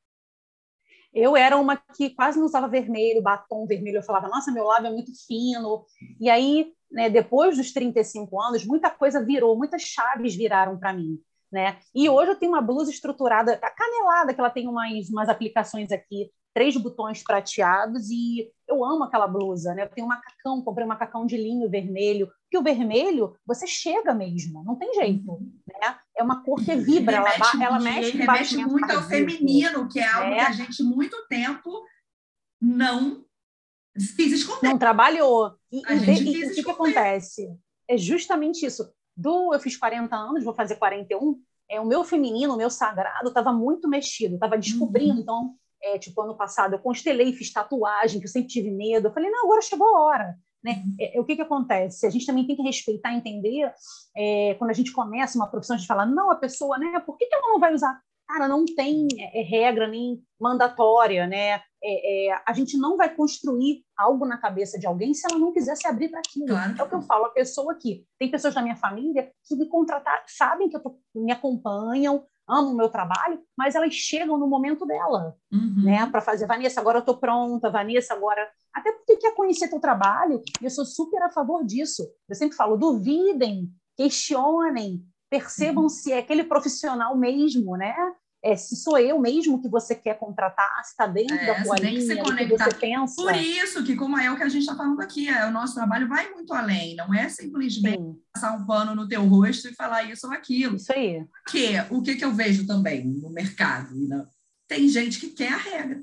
Eu era uma que quase não usava vermelho, batom vermelho, eu falava, nossa, meu lábio é muito fino. E aí, né, depois dos trinta e cinco anos, muita coisa virou, muitas chaves viraram para mim. Né? E hoje eu tenho uma blusa estruturada, canelada, que ela tem umas, umas aplicações aqui, três botões prateados, e eu amo aquela blusa, né? Eu tenho um macacão, comprei um macacão de linho vermelho, porque o vermelho, você chega mesmo, não tem jeito, uhum. né? É uma cor que vibra, ela, remete, ela mexe com remete muito ao feminino, que é algo né? que a gente, muito tempo, não quis esconder. Não trabalhou. E, a e, gente de, quis e o que, que esconder. acontece? É justamente isso. Do, eu fiz quarenta anos, vou fazer quarenta e um, é, o meu feminino, o meu sagrado estava muito mexido, estava descobrindo. Uhum. Então, é, tipo, ano passado eu constelei, fiz tatuagem, que eu sempre tive medo. Eu falei, não, agora chegou a hora. Né? Uhum. É, é, o que, que acontece? A gente também tem que respeitar, entender, é, quando a gente começa uma profissão, a gente fala, não, a pessoa, né, por que, que ela não vai usar? Cara, não tem é, regra nem mandatória, né? É, é, a gente não vai construir algo na cabeça de alguém se ela não quiser se abrir para aquilo. Claro. É o que eu falo, a pessoa aqui. Tem pessoas da minha família que me contrataram, sabem que eu tô, me acompanham, amam o meu trabalho, mas elas chegam no momento dela, uhum. né? Para fazer, Vanessa, agora eu tô pronta, Vanessa, agora... Até porque quer conhecer teu trabalho, e eu sou super a favor disso. Eu sempre falo, duvidem, questionem, percebam uhum. se é aquele profissional mesmo, né? é, se sou eu mesmo que você quer contratar, se está dentro É, da tua você tem que se linha, do que conectar. você pensa. Por isso que, como é o que a gente está falando aqui, é, o nosso trabalho vai muito além, não é simplesmente Sim, passar um pano no teu rosto e falar isso ou aquilo. isso aí. Porque o que, que eu vejo também no mercado? Né? Tem gente que quer a regra,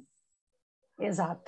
Exato.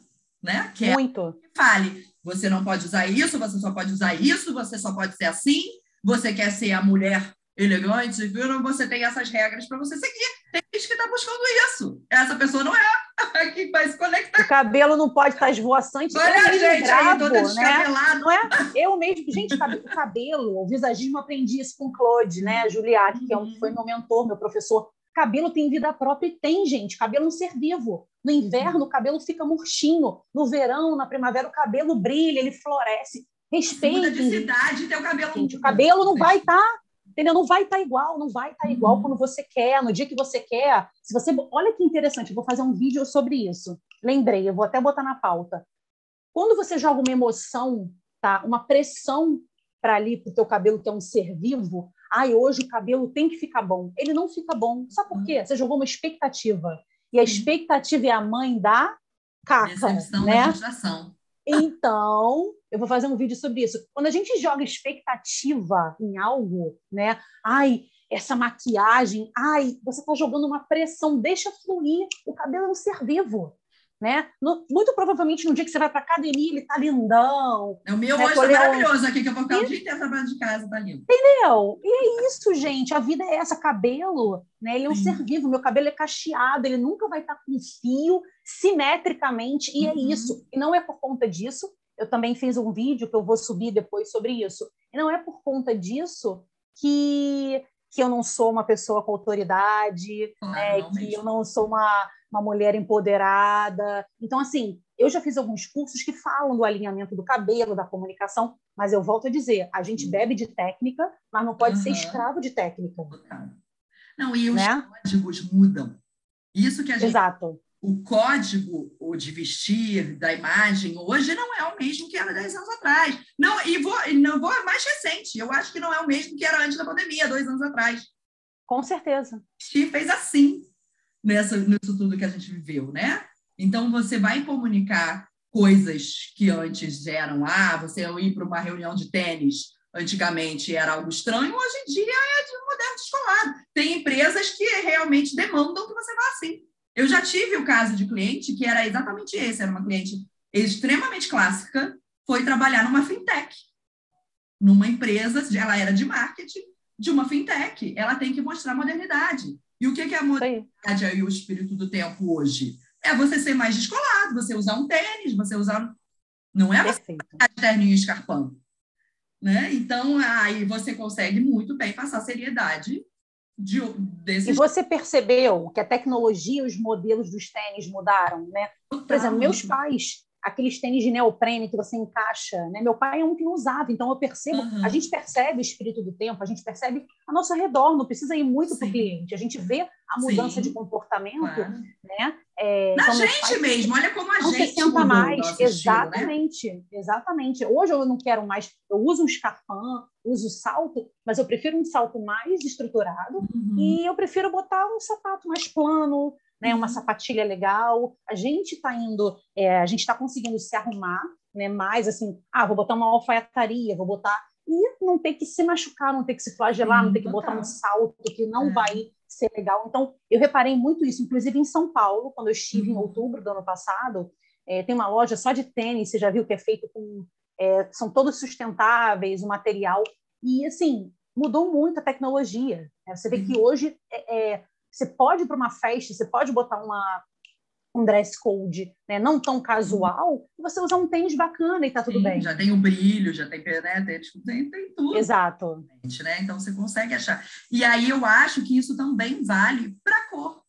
né? Quer Muito. que fale, você não pode usar isso, você só pode usar isso, você só pode ser assim, você quer ser a mulher elegante, viu? Você tem essas regras para você seguir. Tem gente que está buscando isso. Essa pessoa não é a que vai se conectar. O cabelo não pode estar esvoaçante. Olha eu a mesmo gente gravo, aí toda né? descabelada. Não é? Eu mesmo, gente, o cabelo, o visagismo, aprendi isso com o Claude, né? Juliac, que é um, foi meu mentor, meu professor. Cabelo tem vida própria e tem, gente. Cabelo é um ser vivo. No inverno, o cabelo fica murchinho. No verão, na primavera, o cabelo brilha, ele floresce. Respeitem. Muda de cidade, teu cabelo gente. muda. O cabelo não vai estar, tá, entendeu? Não vai estar tá igual, não vai estar tá igual uhum. quando você quer, no dia que você quer. Se você, olha que interessante, eu vou fazer um vídeo sobre isso. Lembrei, eu vou até botar na pauta. Quando você joga uma emoção, tá? Uma pressão para ali para o teu cabelo, que é um ser vivo, ai, hoje o cabelo tem que ficar bom. Ele não fica bom. Sabe por quê? Você jogou uma expectativa. E a expectativa é a mãe da caca, Decepção, né? da frustração. Então, eu vou fazer um vídeo sobre isso. Quando a gente joga expectativa em algo, né? Ai, essa maquiagem, ai, você está jogando uma pressão, deixa fluir. O cabelo é um ser vivo, né? No, muito provavelmente no dia que você vai para academia, ele tá lindão. O meu né? hoje tá maravilhoso aqui, que eu vou ficar e... o dia inteiro trabalhando de casa, tá lindo. Entendeu? E é isso, gente. A vida é essa. Cabelo, né? Ele é um Sim. ser vivo. Meu cabelo é cacheado, ele nunca vai estar com fio, simetricamente, e uhum. é isso. E não é por conta disso. Eu também fiz um vídeo que eu vou subir depois sobre isso. E não é por conta disso que, que eu não sou uma pessoa com autoridade, claro, né? Que mesmo. eu não sou uma, uma mulher empoderada. Então, assim, eu já fiz alguns cursos que falam do alinhamento do cabelo, da comunicação, mas eu volto a dizer, a gente bebe de técnica, mas não pode uhum. ser escravo de técnica. Não, e os né? códigos mudam. Isso que a gente... Exato. O código o de vestir, da imagem, hoje não é o mesmo que era dez anos atrás. Não, e vou, não vou mais recente. Eu acho que não é o mesmo que era antes da pandemia, dois anos atrás. Com certeza. E fez assim, nessa, nisso tudo que a gente viveu, né? Então, você vai comunicar coisas que antes eram, ah, você ir para uma reunião de tênis, antigamente era algo estranho, hoje em dia é de moderno descolado. Tem empresas que realmente demandam que você vá assim. Eu já tive o caso de cliente que era exatamente esse, era uma cliente extremamente clássica, foi trabalhar numa fintech, numa empresa, ela era de marketing, de uma fintech, ela tem que mostrar modernidade. E o que é a modernidade aí, o espírito do tempo hoje? É você ser mais descolado, você usar um tênis, você usar... Não é você usar terninho e escarpão. Né? Então, aí você consegue muito bem passar seriedade de, desses... E você percebeu que a tecnologia, os modelos dos tênis mudaram, né? Por exemplo, meus pais, aqueles tênis de neoprene que você encaixa, né? Meu pai é um que não usava, então eu percebo, uhum. a gente percebe o espírito do tempo, a gente percebe ao nosso redor, não precisa ir muito para o cliente, a gente vê a mudança Sim. de comportamento, claro. né? É, Na então, gente mesmo, olha como a não gente se senta mais, exatamente, estilo, né? exatamente. Hoje eu não quero mais, eu uso um escarpão, uso salto, mas eu prefiro um salto mais estruturado uhum. e eu prefiro botar um sapato mais plano, né? Uma uhum. sapatilha legal. A gente está indo, é, a gente está conseguindo se arrumar, né? Mais assim, ah, vou botar uma alfaiataria, vou botar e não ter que se machucar, não ter que se flagelar, Sim, não ter que total. botar um salto que não é. vai ser legal. Então, eu reparei muito isso, inclusive em São Paulo, quando eu estive uhum. em outubro do ano passado, é, tem uma loja só de tênis, você já viu que é feito com... É, são todos sustentáveis, o material, e assim, mudou muito a tecnologia. Né? Você vê uhum. que hoje é, é, você pode ir para uma festa, você pode botar uma, um dress code, né? Não tão casual, e você usar um tênis bacana e tá tudo Sim, bem. Já tem o brilho, já tem, né? tem, tem tudo. Exato. Né? Então, você consegue achar. E aí, eu acho que isso também vale para a cor.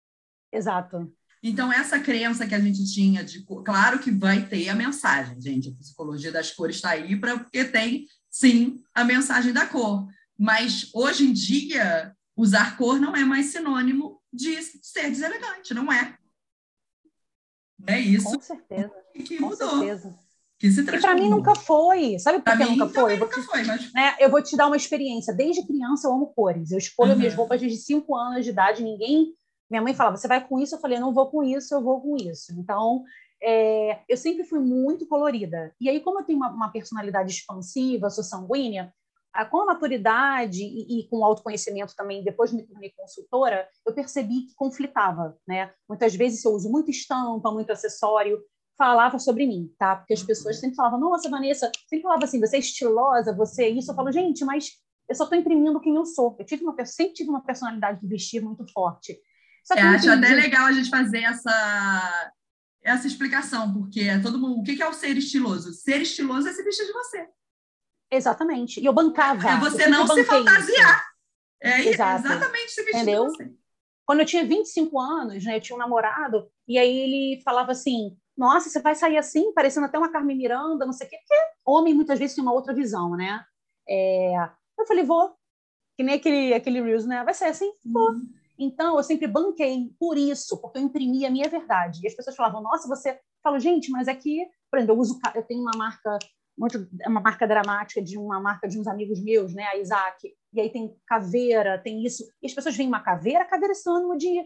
Exato. Então, essa crença que a gente tinha de cor, claro que vai ter a mensagem, gente. A psicologia das cores está aí pra, porque tem, sim, a mensagem da cor. Mas, hoje em dia, usar cor não é mais sinônimo de ser deselegante, não é. É isso Com certeza. que Com mudou. certeza. que se E para mim transformou. nunca foi. Sabe por Pra que mim nunca foi? Eu vou, nunca te, foi, mas... né, eu vou te dar uma experiência. Desde criança eu amo cores. Eu escolho Uhum. minhas roupas desde cinco anos de idade. Ninguém... Minha mãe falava, você vai com isso? Eu falei, não vou com isso, eu vou com isso. Então, é, eu sempre fui muito colorida. E aí, como eu tenho uma, uma personalidade expansiva, sou sanguínea, a, com a maturidade e, e com o autoconhecimento também, depois de me tornei consultora, eu percebi que conflitava, né? Muitas vezes eu uso muita estampa, muito acessório, falava sobre mim, tá? Porque as pessoas sempre falavam, nossa, Vanessa, sempre falava assim, você é estilosa, você é isso. Eu falo, gente, mas eu só estou imprimindo quem eu sou. Eu tive uma, sempre tive uma personalidade de vestir muito forte. Só Eu que eu acho até entendi. legal a gente fazer essa, essa explicação, porque é todo mundo... O que é o ser estiloso? Ser estiloso é se vestir de você. Exatamente. E eu bancava. É Eu você sempre não se banquei isso. fantasiar. É Exato. exatamente se vestir de Entendeu? você. Quando eu tinha vinte e cinco anos, né, eu tinha um namorado, e aí ele falava assim, nossa, você vai sair assim, parecendo até uma Carmen Miranda, não sei o quê, porque homem muitas vezes tem uma outra visão, né? É... Eu falei, vou. Que nem aquele, aquele Reels, né? Vai sair assim? Vou. Uhum. Então, eu sempre banquei por isso, porque eu imprimi a minha verdade. E as pessoas falavam, nossa, você... Eu falo, gente, mas aqui, por exemplo, eu uso, eu tenho uma marca, muito, uma marca dramática de uma marca de uns amigos meus, né, a Isaac, e aí tem caveira, tem isso. E as pessoas veem uma caveira, caveira é sinônimo de...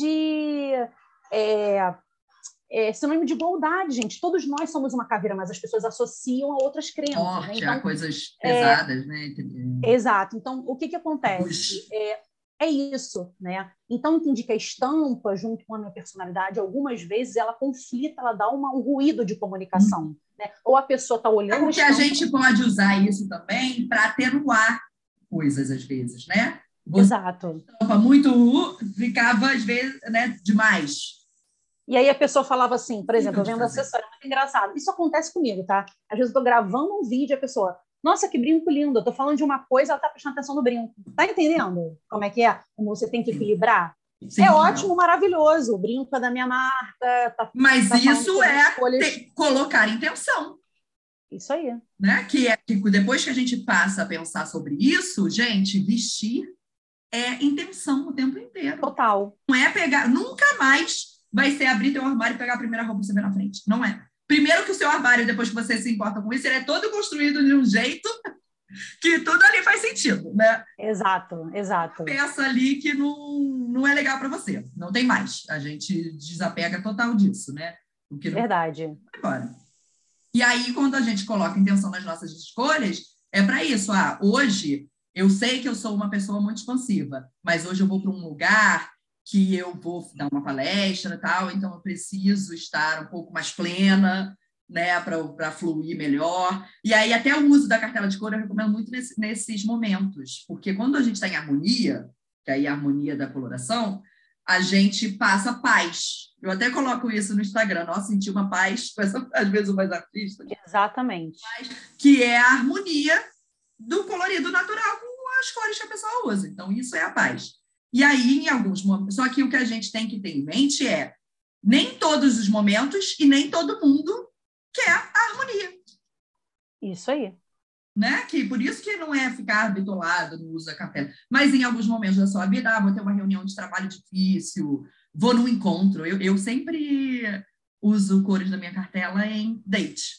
de é, é sinônimo de igualdade, gente. Todos nós somos uma caveira, mas as pessoas associam a outras crenças, né? Forte, há Então, coisas é, pesadas, né? exato. Então, o que que acontece? Os... É, é isso, né? Então, entendi que a estampa, junto com a minha personalidade, algumas vezes ela conflita, ela dá uma, um ruído de comunicação, né? Ou a pessoa está É olhando a porque a estampa... gente pode usar isso também para atenuar coisas, às vezes, né? Você Exato. tampa muito, uh, ficava, às vezes, né, demais. E aí a pessoa falava assim, por exemplo, Possível eu de vendo fazer. acessório, muito engraçado. Isso acontece comigo, tá? Às vezes eu tô gravando um vídeo e a pessoa, nossa, que brinco lindo, eu tô falando de uma coisa, ela tá prestando atenção no brinco. Tá entendendo como é que é? Como você tem que Sim, equilibrar? sim, É total. ótimo, maravilhoso. O brinco é da minha marca, tá, Mas tá falando isso sobre é escolhas. ter, colocar intenção, Isso aí. né? Que é que depois que a gente passa a pensar sobre isso, gente, vestir é intenção o tempo inteiro. Total. Não é pegar, nunca mais vai ser abrir teu armário e pegar a primeira roupa que você vê na frente. Não é. Primeiro que o seu armário, depois que você se importa com isso, ele é todo construído de um jeito que tudo ali faz sentido, né? Exato, exato. Peça ali que não, não é legal para você. Não tem mais. A gente desapega total disso, né? O que não Verdade. vai embora. E aí, quando a gente coloca intenção nas nossas escolhas, é para isso. Ah, hoje eu sei que eu sou uma pessoa muito expansiva, mas hoje eu vou para um lugar que eu vou dar uma palestra e tal, então eu preciso estar um pouco mais plena, né, para fluir melhor. E aí, até o uso da cartela de cor eu recomendo muito nesse, nesses momentos, porque quando a gente está em harmonia, que aí é a harmonia da coloração, a gente passa paz. Eu até coloco isso no Instagram. Nossa, senti uma paz, às vezes umas artistas. Exatamente. Que é a harmonia do colorido natural com as cores que a pessoa usa. Então, isso é a paz. E aí, em alguns momentos... Só que o que a gente tem que ter em mente é nem todos os momentos e nem todo mundo quer a harmonia. Isso aí. Né? Que por isso que não é ficar bitolado no uso da cartela. Mas em alguns momentos da sua vida, ah, vou ter uma reunião de trabalho difícil, vou num encontro. Eu, eu sempre uso cores da minha cartela em date.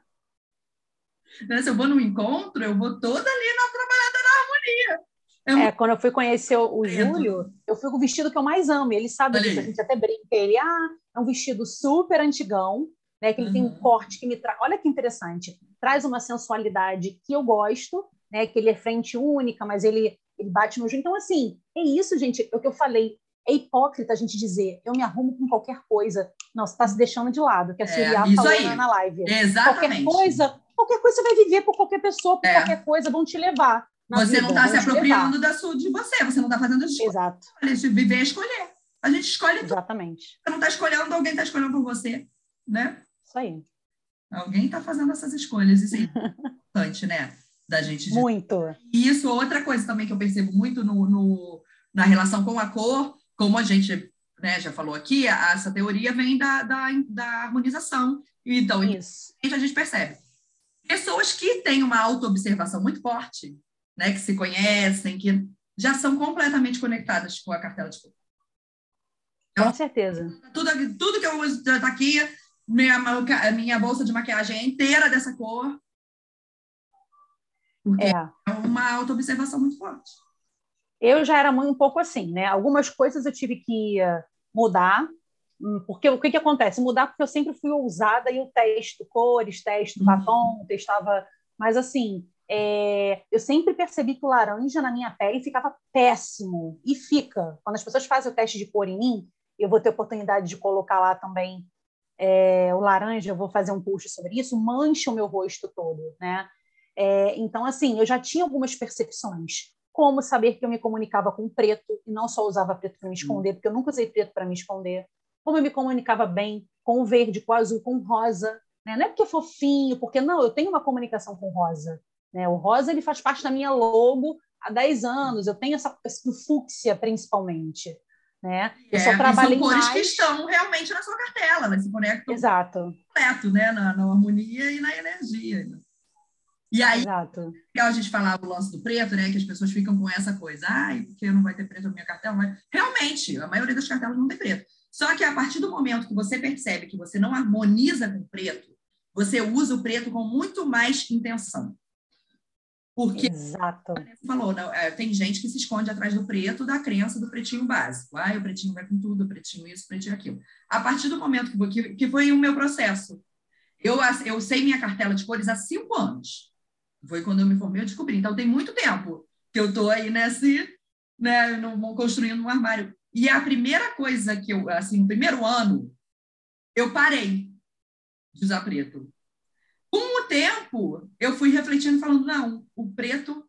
Se eu vou num encontro, eu vou toda ali na trabalhada na harmonia. É, é quando eu fui conhecer o, o Júlio, eu fui com o vestido que eu mais amo. Ele sabe disso, a gente até brinca. Ele, ah, é um vestido super antigão, né? Que ele uhum. tem um corte que me traz. Olha que interessante. Traz uma sensualidade que eu gosto, né? Que ele é frente única, mas ele, ele bate no joelho. Então, assim, é isso, gente. É o que eu falei. É hipócrita a gente dizer, eu me arrumo com qualquer coisa. Não, você está se deixando de lado, que a Siriá é, falou aí. Na live. Exatamente. Qualquer coisa, qualquer coisa você vai viver por qualquer pessoa, por é. qualquer coisa vão te levar. Você vida, não está se apropriando da sua, de você, você não está fazendo as escolhas. Exato. De viver é escolher. A gente escolhe tudo. Exatamente. Você não está escolhendo, alguém está escolhendo por você, né? Isso aí. Alguém está fazendo essas escolhas. Isso é importante, né? Da gente. Muito. E isso, outra coisa também que eu percebo muito no, no, na relação com a cor, como a gente, né, já falou aqui, a, essa teoria vem da, da, da harmonização. Então, isso. a gente percebe. Pessoas que têm uma auto-observação muito forte, né, que se conhecem, que já são completamente conectadas com a cartela de cor. Com certeza. Tudo, tudo que eu uso está aqui, Minha, minha bolsa de maquiagem é inteira dessa cor, porque É. é uma autoobservação muito forte. Eu já era um pouco assim, né? Algumas coisas eu tive que mudar, porque o que, que acontece? Mudar porque eu sempre fui ousada e eu testo cores, testo Uhum. batom, testava... Mas, assim, é... eu sempre percebi que o laranja na minha pele ficava péssimo. E fica. Quando as pessoas fazem o teste de cor em mim, eu vou ter oportunidade de colocar lá também é, o laranja, eu vou fazer um post sobre isso, mancha o meu rosto todo, né? É, então, assim, eu já tinha algumas percepções. Como saber que eu me comunicava com preto e não só usava preto para me esconder, porque eu nunca usei preto para me esconder. Como eu me comunicava bem com o verde, com o azul, com o rosa. Né? Não é porque é fofinho, porque não, eu tenho uma comunicação com o rosa. Né? O rosa ele faz parte da minha logo há dez anos. Eu tenho essa, esse fúcsia, principalmente. Né? Eu É, só trabalhei e são cores mais... que estão realmente na sua cartela, elas se conectam Exato. completo, né? na, na harmonia e na energia. E aí, Exato. é legal a gente falar o lance do preto, né? Que as pessoas ficam com essa coisa, ai, porque não vai ter preto na minha cartela. Mas... Realmente, a maioria das cartelas não tem preto. Só que a partir do momento que você percebe que você não harmoniza com o preto, você usa o preto com muito mais intenção. Porque, Exato. como você falou, não, é, tem gente que se esconde atrás do preto da crença do pretinho básico. Ah, o pretinho vai com tudo, o pretinho isso, o pretinho aquilo. A partir do momento que, que, que foi o meu processo, eu, eu sei minha cartela de cores há cinco anos. Foi quando eu me formei, eu descobri. Então, tem muito tempo que eu estou aí nesse, né, no, construindo um armário. E a primeira coisa que eu, assim, no primeiro ano, eu parei de usar preto. Com o tempo, eu fui refletindo, falando, não, o preto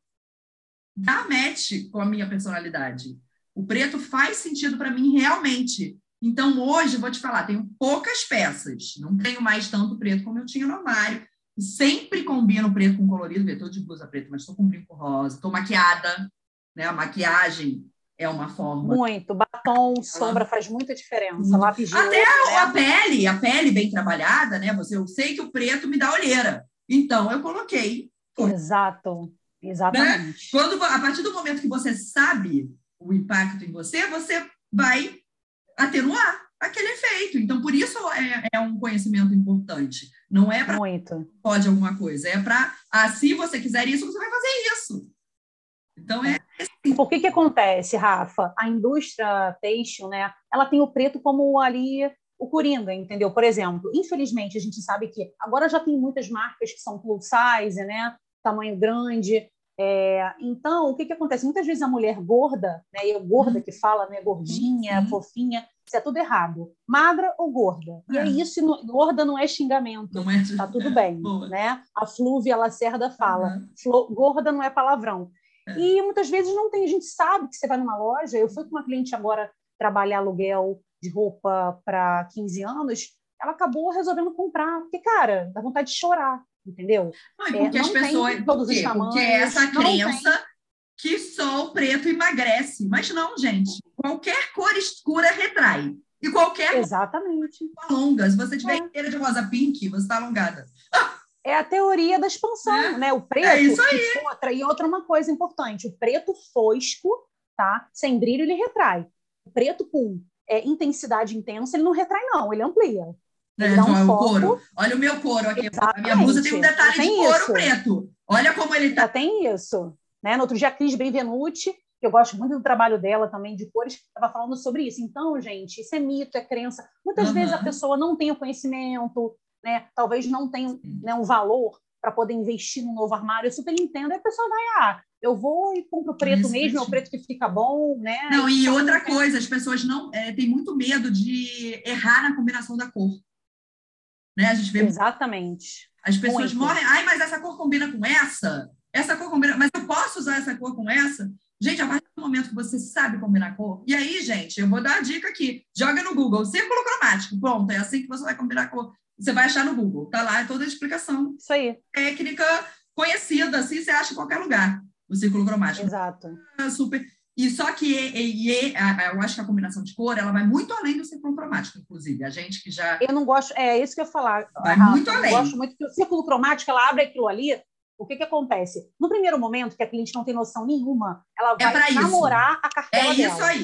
dá match com a minha personalidade. O preto faz sentido para mim realmente. Então, hoje, vou te falar, tenho poucas peças. Não tenho mais tanto preto como eu tinha no armário. Sempre combino preto com colorido. Estou de blusa preta, mas estou com brinco rosa. Estou maquiada. Né? A maquiagem é uma forma... Muito. Batom, sombra faz muita diferença. Tudo. Lápis de Até olho, a, a né? pele, a pele bem trabalhada, né? Você, eu sei que o preto me dá olheira. Então, eu coloquei. Exato. Né? Exatamente. Quando, a partir do momento que você sabe o impacto em você, você vai atenuar aquele efeito. Então, por isso é, é um conhecimento importante. Não é para pode alguma coisa, é para, ah, se você quiser isso, você vai fazer isso. Então, é... é. Por que que acontece, Rafa? A indústria têxtil, né, ela tem o preto como ali o coringa, entendeu? Por exemplo, infelizmente, a gente sabe que agora já tem muitas marcas que são plus size, né, tamanho grande. É, então, o que que acontece? Muitas vezes a mulher gorda, né, eu gorda que fala, né, gordinha, Sim. fofinha, isso é tudo errado. Magra ou gorda. E é, é isso, gorda não é xingamento. Não é... Tá tudo bem, Boa. né? A Flúvia Lacerda fala, uhum. gorda não é palavrão. É. E muitas vezes não tem, a gente sabe que você vai numa loja, eu fui com uma cliente agora trabalhar aluguel de roupa para quinze anos, ela acabou resolvendo comprar, porque, cara, dá vontade de chorar, entendeu? Não, e porque é, as não pessoas... tem todos Por quê? os tamanhos. Porque é essa crença tem... que só o preto emagrece. Mas não, gente. Qualquer cor escura retrai. E qualquer Exatamente. cor alonga. Se você tiver é. inteira de rosa pink, você está alongada. É a teoria da expansão, é. né? O preto... É isso aí. E outra, e outra uma coisa importante, o preto fosco, tá? Sem brilho, ele retrai. O preto com é, intensidade intensa, ele não retrai, não. Ele amplia. É, então, um o couro. Olha o meu couro aqui. Exatamente. A minha blusa tem um detalhe tem de couro isso. preto. Olha como ele tá. Já tem isso. Né? No outro dia, a Cris Benvenuti, que eu gosto muito do trabalho dela também, de cores, estava falando sobre isso. Então, gente, isso é mito, é crença. Muitas uhum. vezes a pessoa não tem o conhecimento, né? Talvez não tenha, né, um valor para poder investir num novo armário. Eu super entendo. Aí a pessoa vai, ah, eu vou e compro preto mesmo, é o preto que fica bom, né? Não, e, e outra coisa, as pessoas não é, têm muito medo de errar na combinação da cor. Né? A gente vê exatamente. As pessoas muito. morrem, ai, mas essa cor combina com essa? Essa cor combina, mas eu posso usar essa cor com essa? Gente, a partir do momento que você sabe combinar a cor, e aí, gente, eu vou dar a dica aqui, joga no Google, círculo cromático, pronto, é assim que você vai combinar a cor. Você vai achar no Google, tá lá, é toda a explicação. Isso aí. Técnica conhecida, assim, você acha em qualquer lugar, o círculo cromático. Exato. É super... E só que e, e, eu acho que a combinação de cor ela vai muito além do círculo cromático, inclusive. A gente que já... Eu não gosto... É isso que eu ia falar. Vai Rafa, muito eu além. Eu gosto muito que o círculo cromático, ela abre aquilo ali. O que que acontece? No primeiro momento, que a cliente não tem noção nenhuma, ela vai é namorar a cartela dela. É isso dela. aí.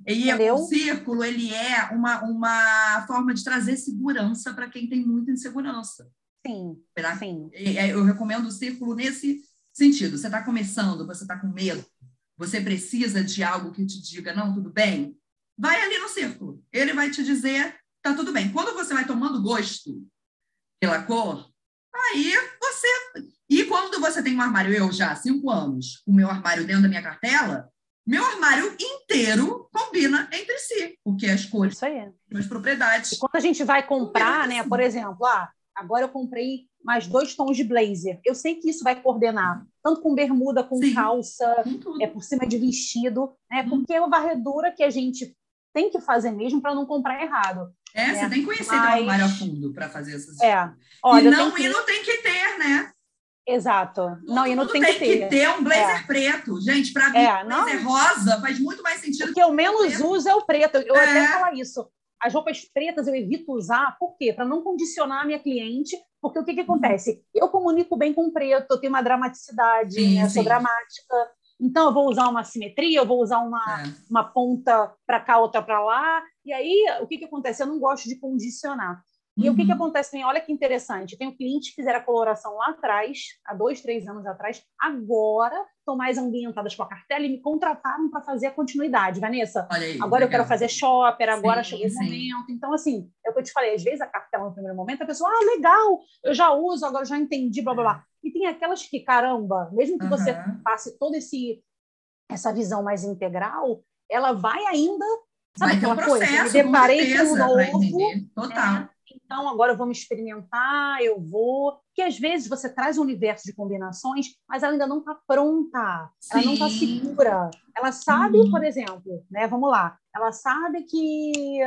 E o círculo, ele é uma, uma forma de trazer segurança para quem tem muita insegurança. Sim, Pra, sim. eu recomendo o círculo nesse sentido. Você está começando, você está com medo, você precisa de algo que te diga, não, tudo bem? Vai ali no círculo. Ele vai te dizer, tá tudo bem. Quando você vai tomando gosto pela cor, aí você... E quando você tem um armário, eu já há cinco anos, o meu armário dentro da minha cartela, meu armário inteiro combina entre si, porque as cores, isso aí, as propriedades... E quando a gente vai comprar, né, por exemplo, ah, agora eu comprei mais dois tons de blazer. Eu sei que isso vai coordenar tanto com bermuda, com Sim, calça, com é, por cima de vestido, né? Hum. Porque é uma varredura que a gente tem que fazer mesmo para não comprar errado. É, né? você tem que conhecer Mas... teu armário a fundo para fazer essas É. Olha, E não, que... e não tem que ter, né? Exato. Todo não, e não mundo tem, tem que ter, que ter um blazer é. preto. Gente, para mim, é, um blazer não... rosa faz muito mais sentido. O que eu menos uso é o preto. Eu é. até falo isso. As roupas pretas eu evito usar, por quê? Para não condicionar a minha cliente, porque o que, que acontece? Uhum. Eu comunico bem com o preto, eu tenho uma dramaticidade, sim, né? Eu sim. sou dramática, então eu vou usar uma simetria, eu vou usar uma, é. uma ponta para cá, outra para lá, e aí o que, que acontece? Eu não gosto de condicionar. E uhum. o que, que acontece também? Olha que interessante, tem um cliente que fizeram a coloração lá atrás, há dois, três anos atrás, agora estão mais ambientadas com a cartela e me contrataram para fazer a continuidade. Vanessa, Olha aí, agora legal. eu quero fazer shopper, agora sim, chegou o sim. momento. Então, assim, é o que eu te falei, às vezes a cartela no primeiro momento, a pessoa, ah, legal, eu já uso, agora já entendi, blá, blá, blá. E tem aquelas que, caramba, mesmo que uhum. você passe toda esse, essa visão mais integral, ela vai ainda... Sabe vai aquela ter um processo, coisa? Me deparei com, certeza, com um novo. Total. Né? Então, agora eu vou me experimentar, eu vou... Porque, às vezes, você traz um universo de combinações, mas ela ainda não está pronta. Sim. Ela não está segura. Ela sabe, uhum. por exemplo, né? Vamos lá. Ela sabe que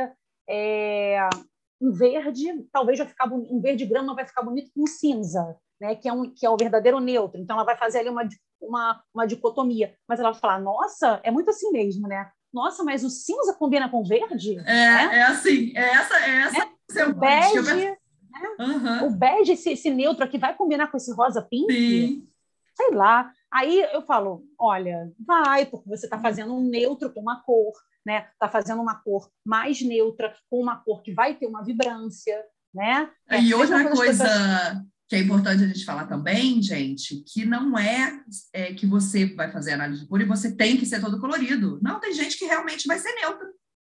é, um verde, talvez vai ficar bonito, um verde grama vai ficar bonito com cinza, né? Que é, um, que é o verdadeiro neutro. Então, ela vai fazer ali uma, uma, uma dicotomia. Mas ela vai falar, nossa, é muito assim mesmo, né? Nossa, mas o cinza combina com verde? É, né? é assim, é essa, é essa. É? O bege, né? uhum. o bege esse, esse neutro aqui vai combinar com esse rosa pink? Sim. Sei lá. Aí eu falo, olha, vai, porque você está fazendo um neutro com uma cor, né? Está fazendo uma cor mais neutra, com uma cor que vai ter uma vibrância, né? É, e outra coisa pessoas... que é importante a gente falar também, gente, que não é, é que você vai fazer análise de cor e você tem que ser todo colorido. Não, tem gente que realmente vai ser neutro.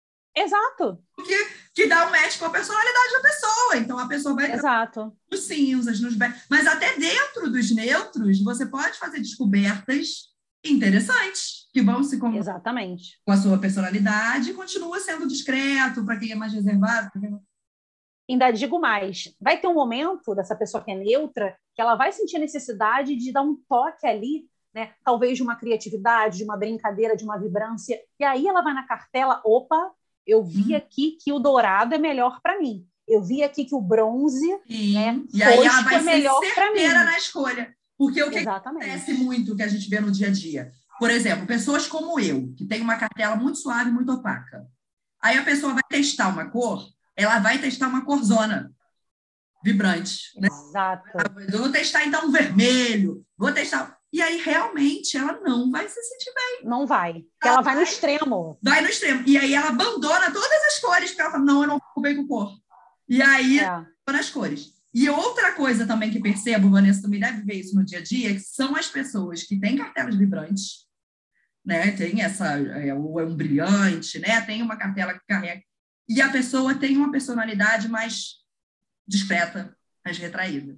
Exato. Que, que dá um match com a personalidade da pessoa. Então, a pessoa vai... Exato. Nos cinzas, nos... Mas até dentro dos neutros, você pode fazer descobertas interessantes, que vão se comunicar Exatamente. com a sua personalidade e continua sendo discreto para quem é mais reservado. Quem... Ainda digo mais, vai ter um momento dessa pessoa que é neutra que ela vai sentir a necessidade de dar um toque ali, né? Talvez de uma criatividade, de uma brincadeira, de uma vibrância, e aí ela vai na cartela, opa, eu vi hum. aqui que o dourado é melhor para mim, eu vi aqui que o bronze, né, e aí ela vai é melhor para mim. Na escolha, porque o que Exatamente. acontece muito que a gente vê no dia a dia, por exemplo, pessoas como eu, que tem uma cartela muito suave, muito opaca, aí a pessoa vai testar uma cor, ela vai testar uma corzona vibrante. Né? Exato. Eu vou testar, então, um vermelho. Vou testar... E aí, realmente, ela não vai se sentir bem. Não vai. Ela, ela vai no extremo. Vai no extremo. E aí, ela abandona todas as cores, porque ela fala, não, eu não fico bem com cor. E aí, é. abandona as cores. E outra coisa também que percebo, Vanessa, também deve ver isso no dia a dia, que são as pessoas que têm cartelas vibrantes, né? Tem essa... É, ou é um brilhante, né? Tem uma cartela que carrega... E a pessoa tem uma personalidade mais discreta, mais retraída.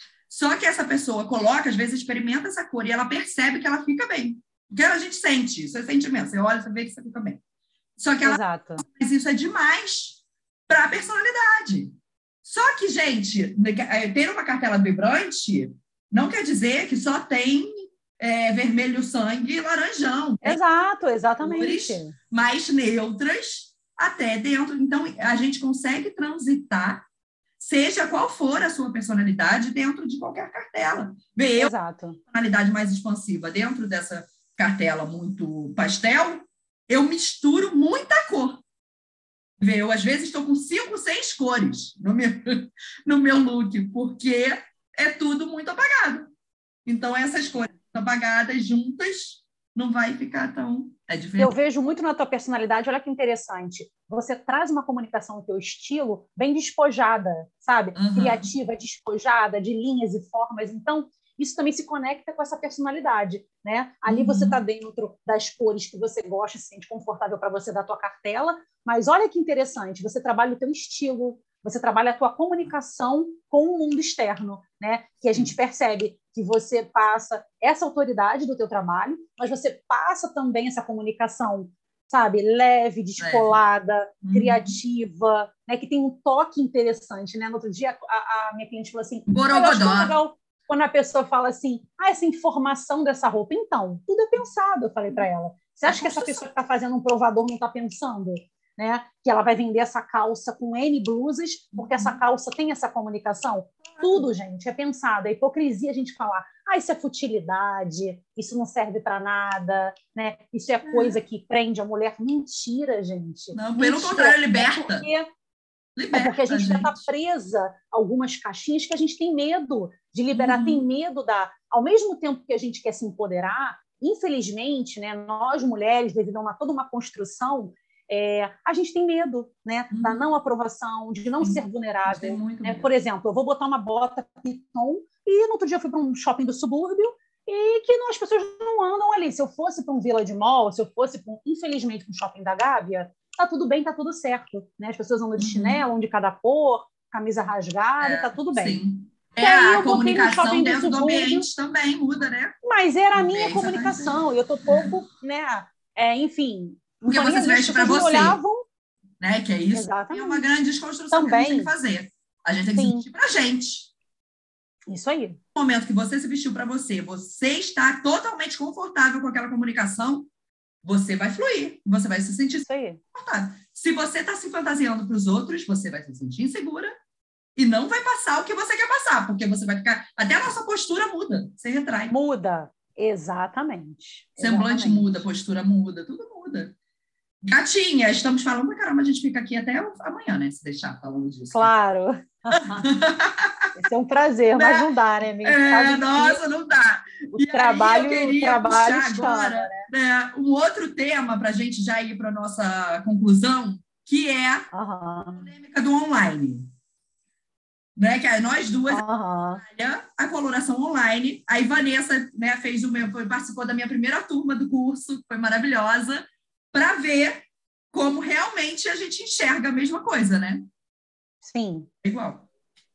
Só que essa pessoa coloca, às vezes experimenta essa cor e ela percebe que ela fica bem. Porque a gente sente, isso é sentimento. Você olha, você vê que você fica bem. Só que ela Exato. Mas isso é demais para a personalidade. Só que, gente, ter uma cartela vibrante não quer dizer que só tem é, vermelho sangue e laranjão. Exato, exatamente. Mais neutras até dentro. Então, a gente consegue transitar, seja qual for a sua personalidade, dentro de qualquer cartela. Vê, eu, Exato. personalidade mais expansiva, dentro dessa cartela muito pastel, eu misturo muita cor. Vê, eu, às vezes, estou com cinco, seis cores no meu, no meu look, porque é tudo muito apagado. Então, essas cores apagadas juntas não vai ficar tão... É Eu diferente. vejo muito na tua personalidade, olha que interessante. Você traz uma comunicação no teu estilo bem despojada, sabe? Uhum. Criativa, despojada, de linhas e formas. Então, isso também se conecta com essa personalidade, né? Ali Uhum. você está dentro das cores que você gosta, se sente confortável para você da tua cartela, mas olha que interessante, você trabalha o teu estilo, você trabalha a tua comunicação com o mundo externo, né? Que a gente percebe que você passa essa autoridade do teu trabalho, mas você passa também essa comunicação, sabe, leve, descolada, Uhum. criativa, né? Que tem um toque interessante, né? No outro dia a, a minha cliente falou assim, ah, eu acho tão legal quando a pessoa fala assim, ah, essa informação dessa roupa. Então, tudo é pensado, eu falei para ela. Você acha que essa pessoa que está fazendo um provador não está pensando? Né? Que ela vai vender essa calça com N blusas, porque essa calça tem essa comunicação? Tudo, gente, é pensado. A hipocrisia a gente falar, ah, isso é futilidade, isso não serve para nada, né? Isso é coisa que prende a mulher. Mentira, gente. Não, Mentira. pelo contrário, liberta. É porque... Liberta, é porque a gente gente. ainda está presa a algumas caixinhas que a gente tem medo de liberar, uhum. tem medo da... Ao mesmo tempo que a gente quer se empoderar, infelizmente, né, nós mulheres, devido a uma, toda uma construção, é, a gente tem medo, né, uhum. da não aprovação, de não Sim. ser vulnerável. Né? Medo. Por exemplo, eu vou botar uma bota Piton e no outro dia eu fui para um shopping do subúrbio e que não, as pessoas não andam ali. Se eu fosse para um Village Mall, se eu fosse, pra um, infelizmente, para um shopping da Gávea, tá tudo bem, tá tudo certo. Né? As pessoas andam de uhum. chinelo, um de cada cor, camisa rasgada, é, tá tudo bem. Sim. E é, aí a eu botei no shopping do dentro subúrbio, do ambiente também muda, né? Mas era a minha comunicação, e eu tô pouco, né? É, enfim, não porque tô nem você aí, se as veste para pessoas me você, olhavam, né? Que é isso. Exatamente. É uma grande desconstrução também. que a gente tem que fazer. A gente tem que Sim. se vestir pra gente. Isso aí. No momento que você se vestiu para você, você está totalmente confortável com aquela comunicação, você vai fluir, você vai se sentir Isso aí. confortável. Se você está se fantasiando para os outros, você vai se sentir insegura e não vai passar o que você quer passar, porque você vai ficar... Até a nossa postura muda, você retrai. Muda, exatamente. Semblante exatamente. muda, postura muda, tudo muda. Gatinha, estamos falando, caramba, a gente fica aqui até amanhã, né? Se deixar falando disso. Claro. Esse é um prazer, né? Mas não dá, né, amiga? É, nossa, não dá. O e trabalho, aí eu queria trabalho puxar chama, agora né? né, um outro tema para a gente já ir para a nossa conclusão, que é uhum. a polêmica do online. Né, que é nós duas uhum. a coloração online. Aí Vanessa, né, fez o meu, foi, participou da minha primeira turma do curso, foi maravilhosa, para ver como realmente a gente enxerga a mesma coisa, né? Sim. É igual.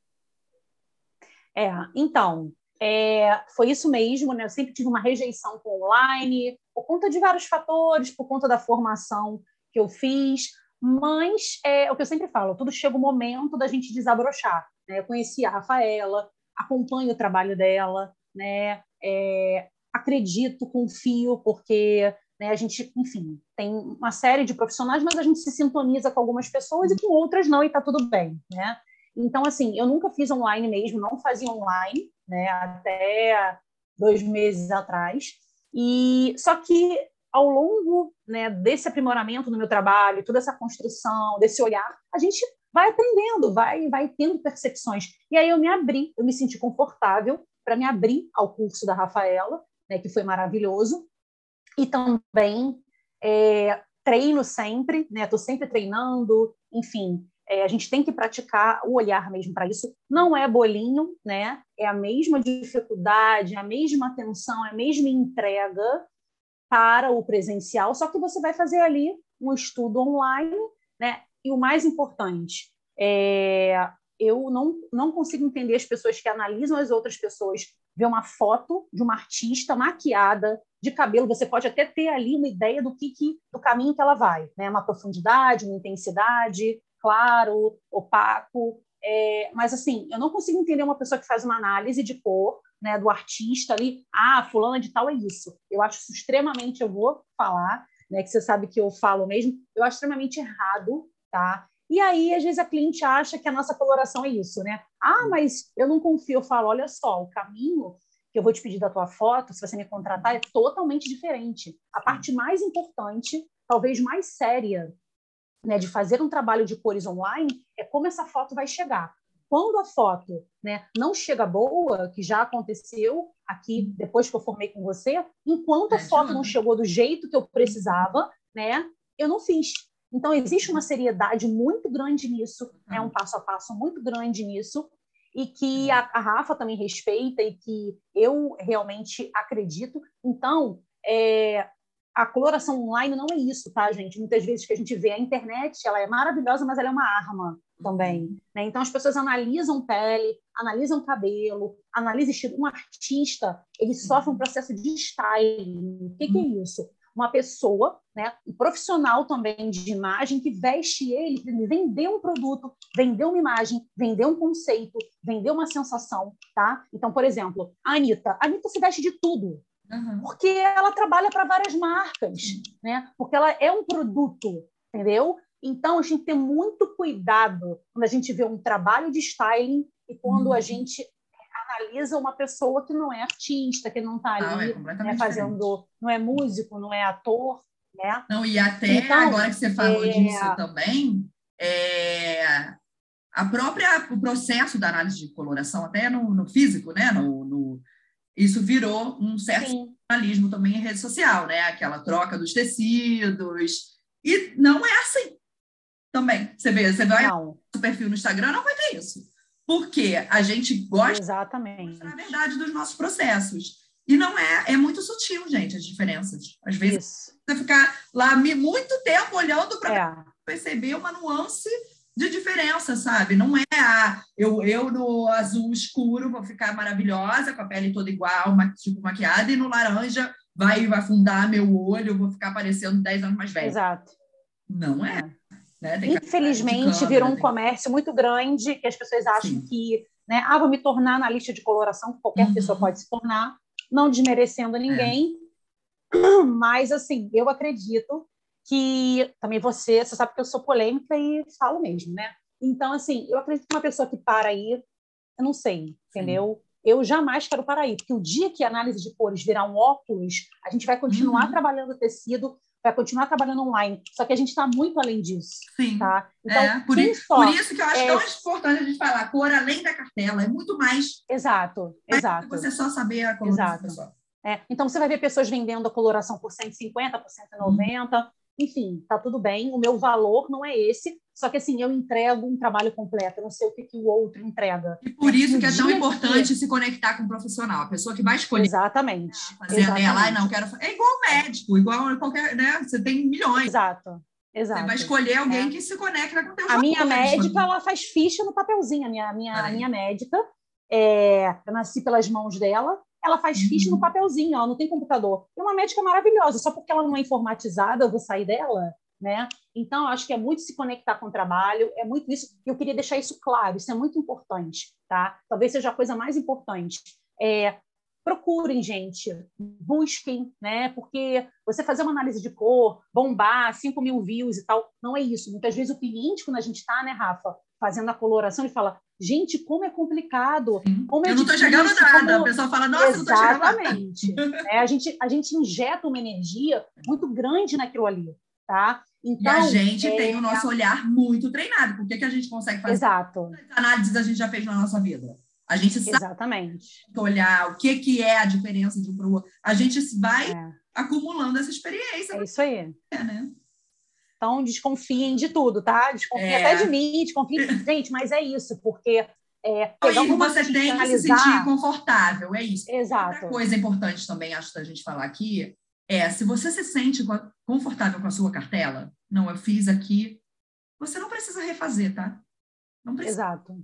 É, então, é, foi isso mesmo, né? Eu sempre tive uma rejeição com online, por conta de vários fatores, por conta da formação que eu fiz, mas é o que eu sempre falo, tudo chega o momento da gente desabrochar. Né? Eu conheci a Rafaela, acompanho o trabalho dela, né? É, acredito, confio, porque né, a gente, enfim, tem uma série de profissionais, mas a gente se sintoniza com algumas pessoas e com outras não, e está tudo bem, né? Então, assim, eu nunca fiz online mesmo, não fazia online, né, até dois meses atrás. E só que ao longo né, desse aprimoramento no meu trabalho, toda essa construção, desse olhar, a gente vai aprendendo, vai, vai tendo percepções. E aí eu me abri, eu me senti confortável para me abrir ao curso da Rafaela, né, que foi maravilhoso. E também é, treino sempre, né? Estou sempre treinando, enfim. É, a gente tem que praticar o olhar mesmo para isso. Não é bolinho, né? É a mesma dificuldade, a mesma atenção, a mesma entrega para o presencial, só que você vai fazer ali um estudo online, né? E o mais importante, é, eu não, não consigo entender as pessoas que analisam as outras pessoas, ver uma foto de uma artista maquiada, de cabelo, você pode até ter ali uma ideia do, que, que, do caminho que ela vai, né? Uma profundidade, uma intensidade, claro, opaco, é, mas assim, eu não consigo entender uma pessoa que faz uma análise de cor, né, do artista ali, ah, fulana de tal é isso. Eu acho isso extremamente, eu vou falar, né, que você sabe que eu falo mesmo, eu acho extremamente errado, tá? E aí, às vezes, a cliente acha que a nossa coloração é isso, né? Ah, mas eu não confio. Eu falo, olha só, o caminho que eu vou te pedir da tua foto, se você me contratar, é totalmente diferente. A parte mais importante, talvez mais séria, né, de fazer um trabalho de cores online, é como essa foto vai chegar. quando a foto, né, não chega boa, que já aconteceu aqui depois que eu formei com você, enquanto a foto não chegou do jeito que eu precisava, né, eu não fiz. Então, existe uma seriedade muito grande nisso, é um passo a passo muito grande nisso, e que a, a Rafa também respeita e que eu realmente acredito. Então, é, a coloração online não é isso, tá, gente? Muitas vezes que a gente vê a internet, ela é maravilhosa, mas ela é uma arma também, né? Então, as pessoas analisam pele, analisam cabelo, analisam estilo. Um artista, ele sofre um processo de styling. O que, que é isso? Uma pessoa, né, um profissional também de imagem que veste ele para ele vender um produto, vender uma imagem, vender um conceito, vender uma sensação, tá? Então, por exemplo, a Anitta. A Anitta se veste de tudo, uhum. porque ela trabalha para várias marcas, né? Porque ela é um produto, entendeu? Então, a gente tem que ter muito cuidado quando a gente vê um trabalho de styling e quando uhum. a gente analisa uma pessoa que não é artista, que não está ali ah, é né, fazendo, diferente. Não é músico, não é ator, né? Não, e até então, agora que você falou é... disso também, é... a própria, o processo da análise de coloração, até no, no físico, né? No, no... Isso virou um certo Sim. jornalismo também em rede social, né? Aquela troca dos tecidos. E não é assim também. Você vê, você vai no perfil no Instagram, não vai ter isso. Porque a gente gosta Exatamente. de mostrar a verdade dos nossos processos. E não é, é muito sutil, gente, as diferenças. Às vezes Isso. você ficar lá muito tempo olhando para é. perceber uma nuance de diferença, sabe? Não é a, eu, eu no azul escuro vou ficar maravilhosa, com a pele toda igual, tipo maquiada, e no laranja vai, vai afundar meu olho, vou ficar parecendo dez anos mais velha. Exato. Não é. é. Né? Infelizmente, câmera, virou um tem... comércio muito grande que as pessoas acham Sim. que, né, ah, vou me tornar analista de coloração, que qualquer uhum. pessoa pode se tornar, não desmerecendo ninguém, é. mas, assim, eu acredito que também você, você sabe que eu sou polêmica e falo mesmo, né? Então, assim, eu acredito que uma pessoa que para aí, eu não sei, entendeu? Sim. Eu jamais quero parar aí, porque o dia que a análise de cores virar um óculos, a gente vai continuar uhum. trabalhando o tecido, vai continuar trabalhando online, só que a gente está muito além disso. Sim, tá? Então, é, por, isso, por isso que eu acho é... tão importante a gente falar cor além da cartela, é muito mais... Exato, exato. Você só saber a coloração pessoal. É, então, você vai ver pessoas vendendo a coloração por cento e cinquenta, por cento e noventa, hum. enfim, tá tudo bem, o meu valor não é esse, só que assim, eu entrego um trabalho completo, eu não sei o que, que o outro entrega. E por isso que é tão importante que... se conectar com um profissional, a pessoa que vai escolher. Exatamente. Fazer Exatamente. a dela, não, quero... É igual médico, igual qualquer, né? Você tem milhões. Exato. Exato. Você vai escolher alguém é. que se conecta com o teu A minha médica, ela faz ficha no papelzinho, a minha, minha, a minha médica, é... eu nasci pelas mãos dela, ela faz uhum. ficha no papelzinho, ela não tem computador. É uma médica maravilhosa, só porque ela não é informatizada, eu vou sair dela, né? Então, acho que é muito se conectar com o trabalho, é muito isso, e eu queria deixar isso claro, isso é muito importante, tá? Talvez seja a coisa mais importante. É, procurem, gente, busquem, né? Porque você fazer uma análise de cor, bombar, cinco mil views e tal, não é isso. Muitas vezes o cliente, quando a gente está, né, Rafa, fazendo a coloração, ele fala, gente, como é complicado. Como é eu não estou chegando nada. Como... A pessoa fala, nossa, Exatamente. não estou chegando nada. Exatamente. É, a, gente, a gente injeta uma energia muito grande naquilo ali, tá? Então, e a gente é... tem o nosso olhar muito treinado. Por que, que a gente consegue fazer? Exato. Quantas análises a gente já fez na nossa vida? A gente sabe Exatamente. olhar o que, que é a diferença de um para o outro. A gente vai é. acumulando essa experiência. É isso aí. É, né? Então, desconfiem de tudo, tá? Desconfiem é. até de mim, desconfiem... Gente, mas é isso, porque... É, e você tem que se sentir confortável, é isso. Exato. Outra coisa importante também, acho, da gente falar aqui, é, se você se sente confortável com a sua cartela, não, eu fiz aqui, você não precisa refazer, tá? Não precisa. Exato.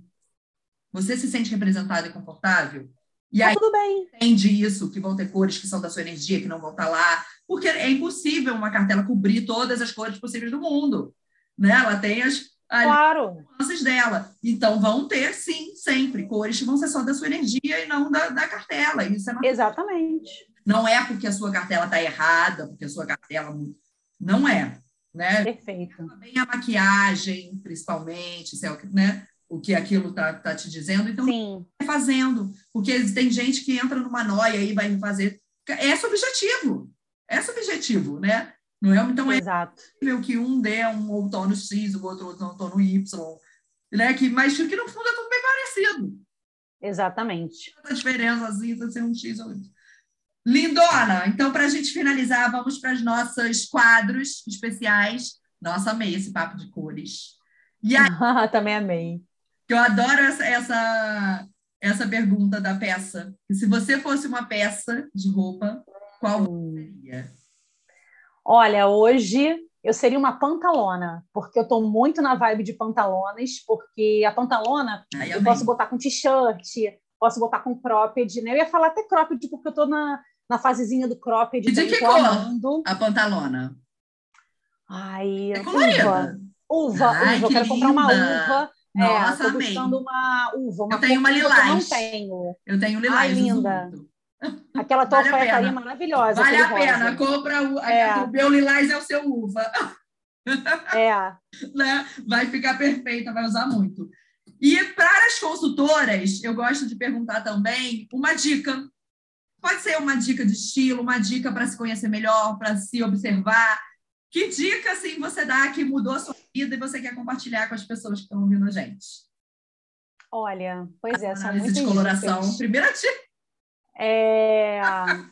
Você se sente representado e confortável? E tá aí, tudo bem. Entende isso, que vão ter cores que são da sua energia, que não vão estar lá, porque é impossível uma cartela cobrir todas as cores possíveis do mundo, né? Ela tem as claro. nuances dela. Então, vão ter, sim, sempre, cores que vão ser só da sua energia e não da, da cartela. Isso é natural. Exatamente. Não é porque a sua cartela está errada, porque a sua cartela... Não é, né? Perfeito. Também a maquiagem, principalmente, se é o que, né? o que aquilo está tá te dizendo. Então, sim. vai fazendo. Porque tem gente que entra numa noia e vai fazer... É subjetivo. É subjetivo, né? Não é? Então, Exato. É possível que um dê um outono X, o outro outono Y. né? Que, mas que no fundo é tudo bem parecido. Exatamente. A diferença, assim, vai ser um X ou Y. Lindona! Então, para a gente finalizar, vamos para os nossos quadros especiais. Nossa, amei esse papo de cores. E aí, Também amei. eu adoro essa, essa, essa pergunta da peça. Se você fosse uma peça de roupa, qual Hum. seria? Olha, hoje eu seria uma pantalona, porque eu estou muito na vibe de pantalonas, porque a pantalona Ai, eu amei. posso botar com t-shirt, posso botar com cropped, né? Eu ia falar até cropped, porque eu estou na, na fasezinha do cropped E de também, que tô cor amando. a pantalona? Ai, É uva, colorida. uva, Ai, uva. Eu que quero comprar uma linda! uva. É, Nossa, tô amei. buscando uma uva, Eu uma tenho cor uma uva que eu não lilás. tenho. Eu tenho Ai, lilás, uso linda. muito. Aquela tua Vale a alfaiataria pena. maravilhosa, Vale aquele a pena. rosa. Compra o, a, É, o meu lilás é o seu uva. é. Né? Vai ficar perfeita, vai usar muito. E para as consultoras, eu gosto de perguntar também uma dica. Pode ser uma dica de estilo, uma dica para se conhecer melhor, para se observar. Que dica assim, você dá que mudou a sua vida e você quer compartilhar com as pessoas que estão ouvindo a gente? Olha, pois é, são Análise de muitas coloração. dicas. Primeira dica. É,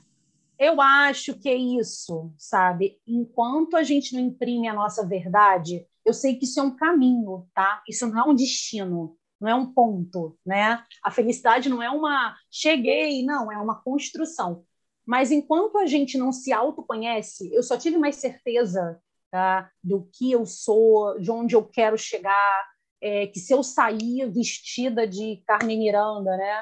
eu acho que é isso, sabe? Enquanto a gente não imprime a nossa verdade, eu sei que isso é um caminho, tá? Isso não é um destino, não é um ponto, né? A felicidade não é uma cheguei, não, é uma construção. Mas enquanto a gente não se autoconhece, eu só tive mais certeza, tá, do que eu sou, de onde eu quero chegar, é, que se eu sair vestida de Carmen Miranda, né?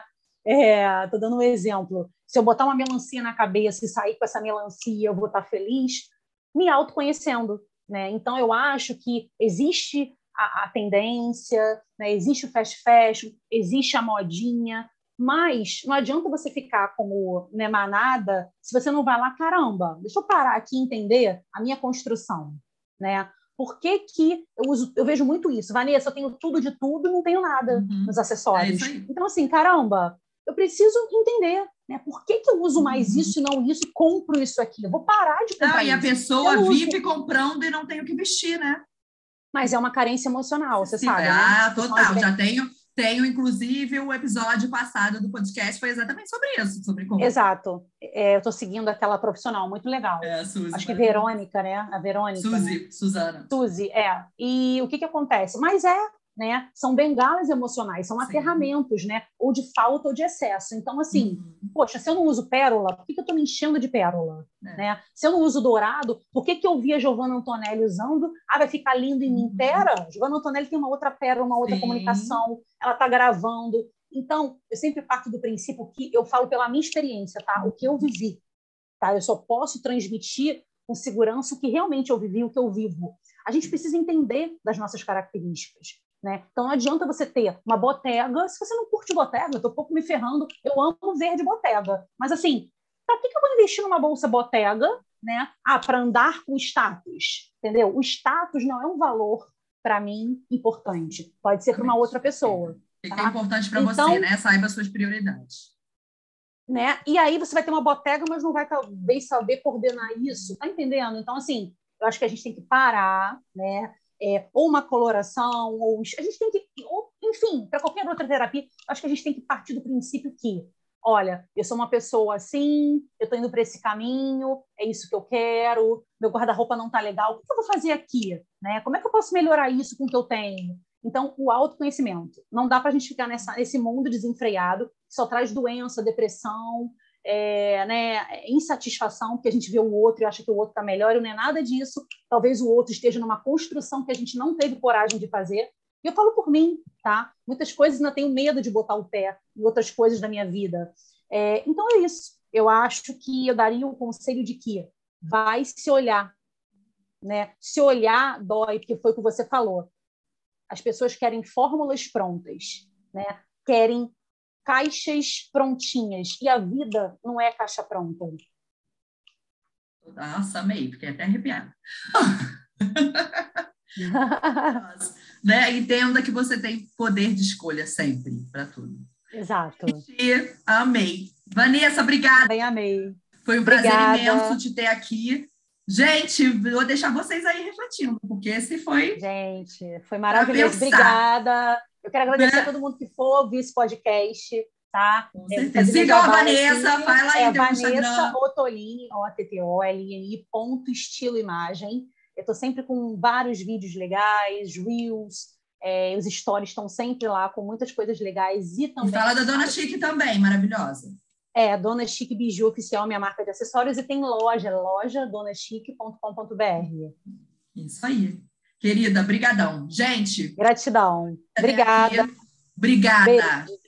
É, tô dando um exemplo. Se eu botar uma melancia na cabeça e sair com essa melancia, eu vou estar feliz me autoconhecendo, né? Então, eu acho que existe a, a tendência, né? Existe o fast fashion, existe a modinha, mas não adianta você ficar como, né, manada se você não vai lá, caramba, deixa eu parar aqui e entender a minha construção, né? Por que que eu uso, eu vejo muito isso, Vanessa, eu tenho tudo de tudo e não tenho nada Uhum. nos É isso acessórios. aí. Então, assim, caramba, eu preciso entender, né? Por que, que eu uso mais Uhum. isso e não isso e compro isso aqui? Eu vou parar de Não, comprar e a isso. Eu pessoa não uso, vive comprando e não tem o que vestir, né? mas é uma carência emocional, você sabe, né? Ah, Que são as... total. Já tenho, tenho, inclusive, o episódio passado do podcast foi exatamente sobre isso, sobre como. Exato. É, eu estou seguindo aquela profissional, muito legal. É, Suzy, Acho que maravilhosa. Verônica, né? A Verônica, né? Suzy, Suzana. Suzy, é. E o que, que acontece? Mas é, né? São bengalas emocionais, são Sim. aterramentos, né? Ou de falta ou de excesso. Então, assim, Uhum. poxa, se eu não uso pérola, por que, que eu estou me enchendo de pérola? É. Né? Se eu não uso dourado, por que, que eu vi a Giovanna Antonelli usando? Ah, vai ficar lindo em mim. Uhum. Pera, Giovanna Antonelli tem uma outra pérola, uma outra Sim. comunicação, ela está gravando. Então, eu sempre parto do princípio que eu falo pela minha experiência, tá? O que eu vivi, tá? Eu só posso transmitir com segurança o que realmente eu vivi, o que eu vivo. A gente precisa entender das nossas características, né? Então não adianta você ter uma botega, se você não curte botega, eu tô um pouco me ferrando, eu amo verde botega, mas assim, para que, que eu vou investir numa bolsa botega, né? Ah, para andar com status, entendeu? O status não é um valor para mim importante, pode ser para uma outra pessoa. O que tá? é importante para então, você, né? Saiba as suas prioridades. Né? E aí você vai ter uma botega, mas não vai talvez saber coordenar isso, tá entendendo? Então, assim, eu acho que a gente tem que parar, né? É, ou uma coloração, ou a gente tem que, ou, enfim, para qualquer outra terapia, acho que a gente tem que partir do princípio que, olha, eu sou uma pessoa assim, eu estou indo para esse caminho, é isso que eu quero, meu guarda-roupa não está legal, o que eu vou fazer aqui? Né? Como é que eu posso melhorar isso com o que eu tenho? Então, o autoconhecimento. Não dá para a gente ficar nessa, nesse mundo desenfreado, que só traz doença, depressão, é, né, insatisfação, porque a gente vê o outro e acha que o outro está melhor, e não é nada disso. Talvez o outro esteja numa construção que a gente não teve coragem de fazer. E eu falo por mim, tá? Muitas coisas ainda tenho medo de botar o pé em outras coisas da minha vida. É, então é isso. Eu acho que eu daria o conselho de que vai se olhar, né? Se olhar dói, porque foi o que você falou. As pessoas querem fórmulas prontas, né? Querem caixas prontinhas. E a vida não é caixa pronta. Nossa, amei, fiquei até arrepiada. Né? Entenda que você tem poder de escolha sempre, para tudo. Exato. E amei. Vanessa, obrigada. Também amei. Foi um Obrigada. prazer imenso te ter aqui. Gente, vou deixar vocês aí refletindo, porque esse foi Gente, foi para maravilhoso. pensar, Obrigada. Eu quero agradecer a né? todo mundo que for ouvir esse podcast, tá? Com É, vou certeza. fazer meu Sigam a jabá aqui. Vanessa, vai lá É em teu Vanessa Instagram. Ottolini, O T T O L I N I, ponto estilo imagem. Eu estou sempre com vários vídeos legais, reels, é, os stories estão sempre lá com muitas coisas legais e E também fala no da Dona site. Chique também, maravilhosa. É, Dona Chique Biju Oficial, minha marca de acessórios, e tem loja, loja dona chique ponto com ponto b r. Isso aí. Querida, brigadão. Gente, Gratidão. até aqui. Obrigada. Beijo. Obrigada.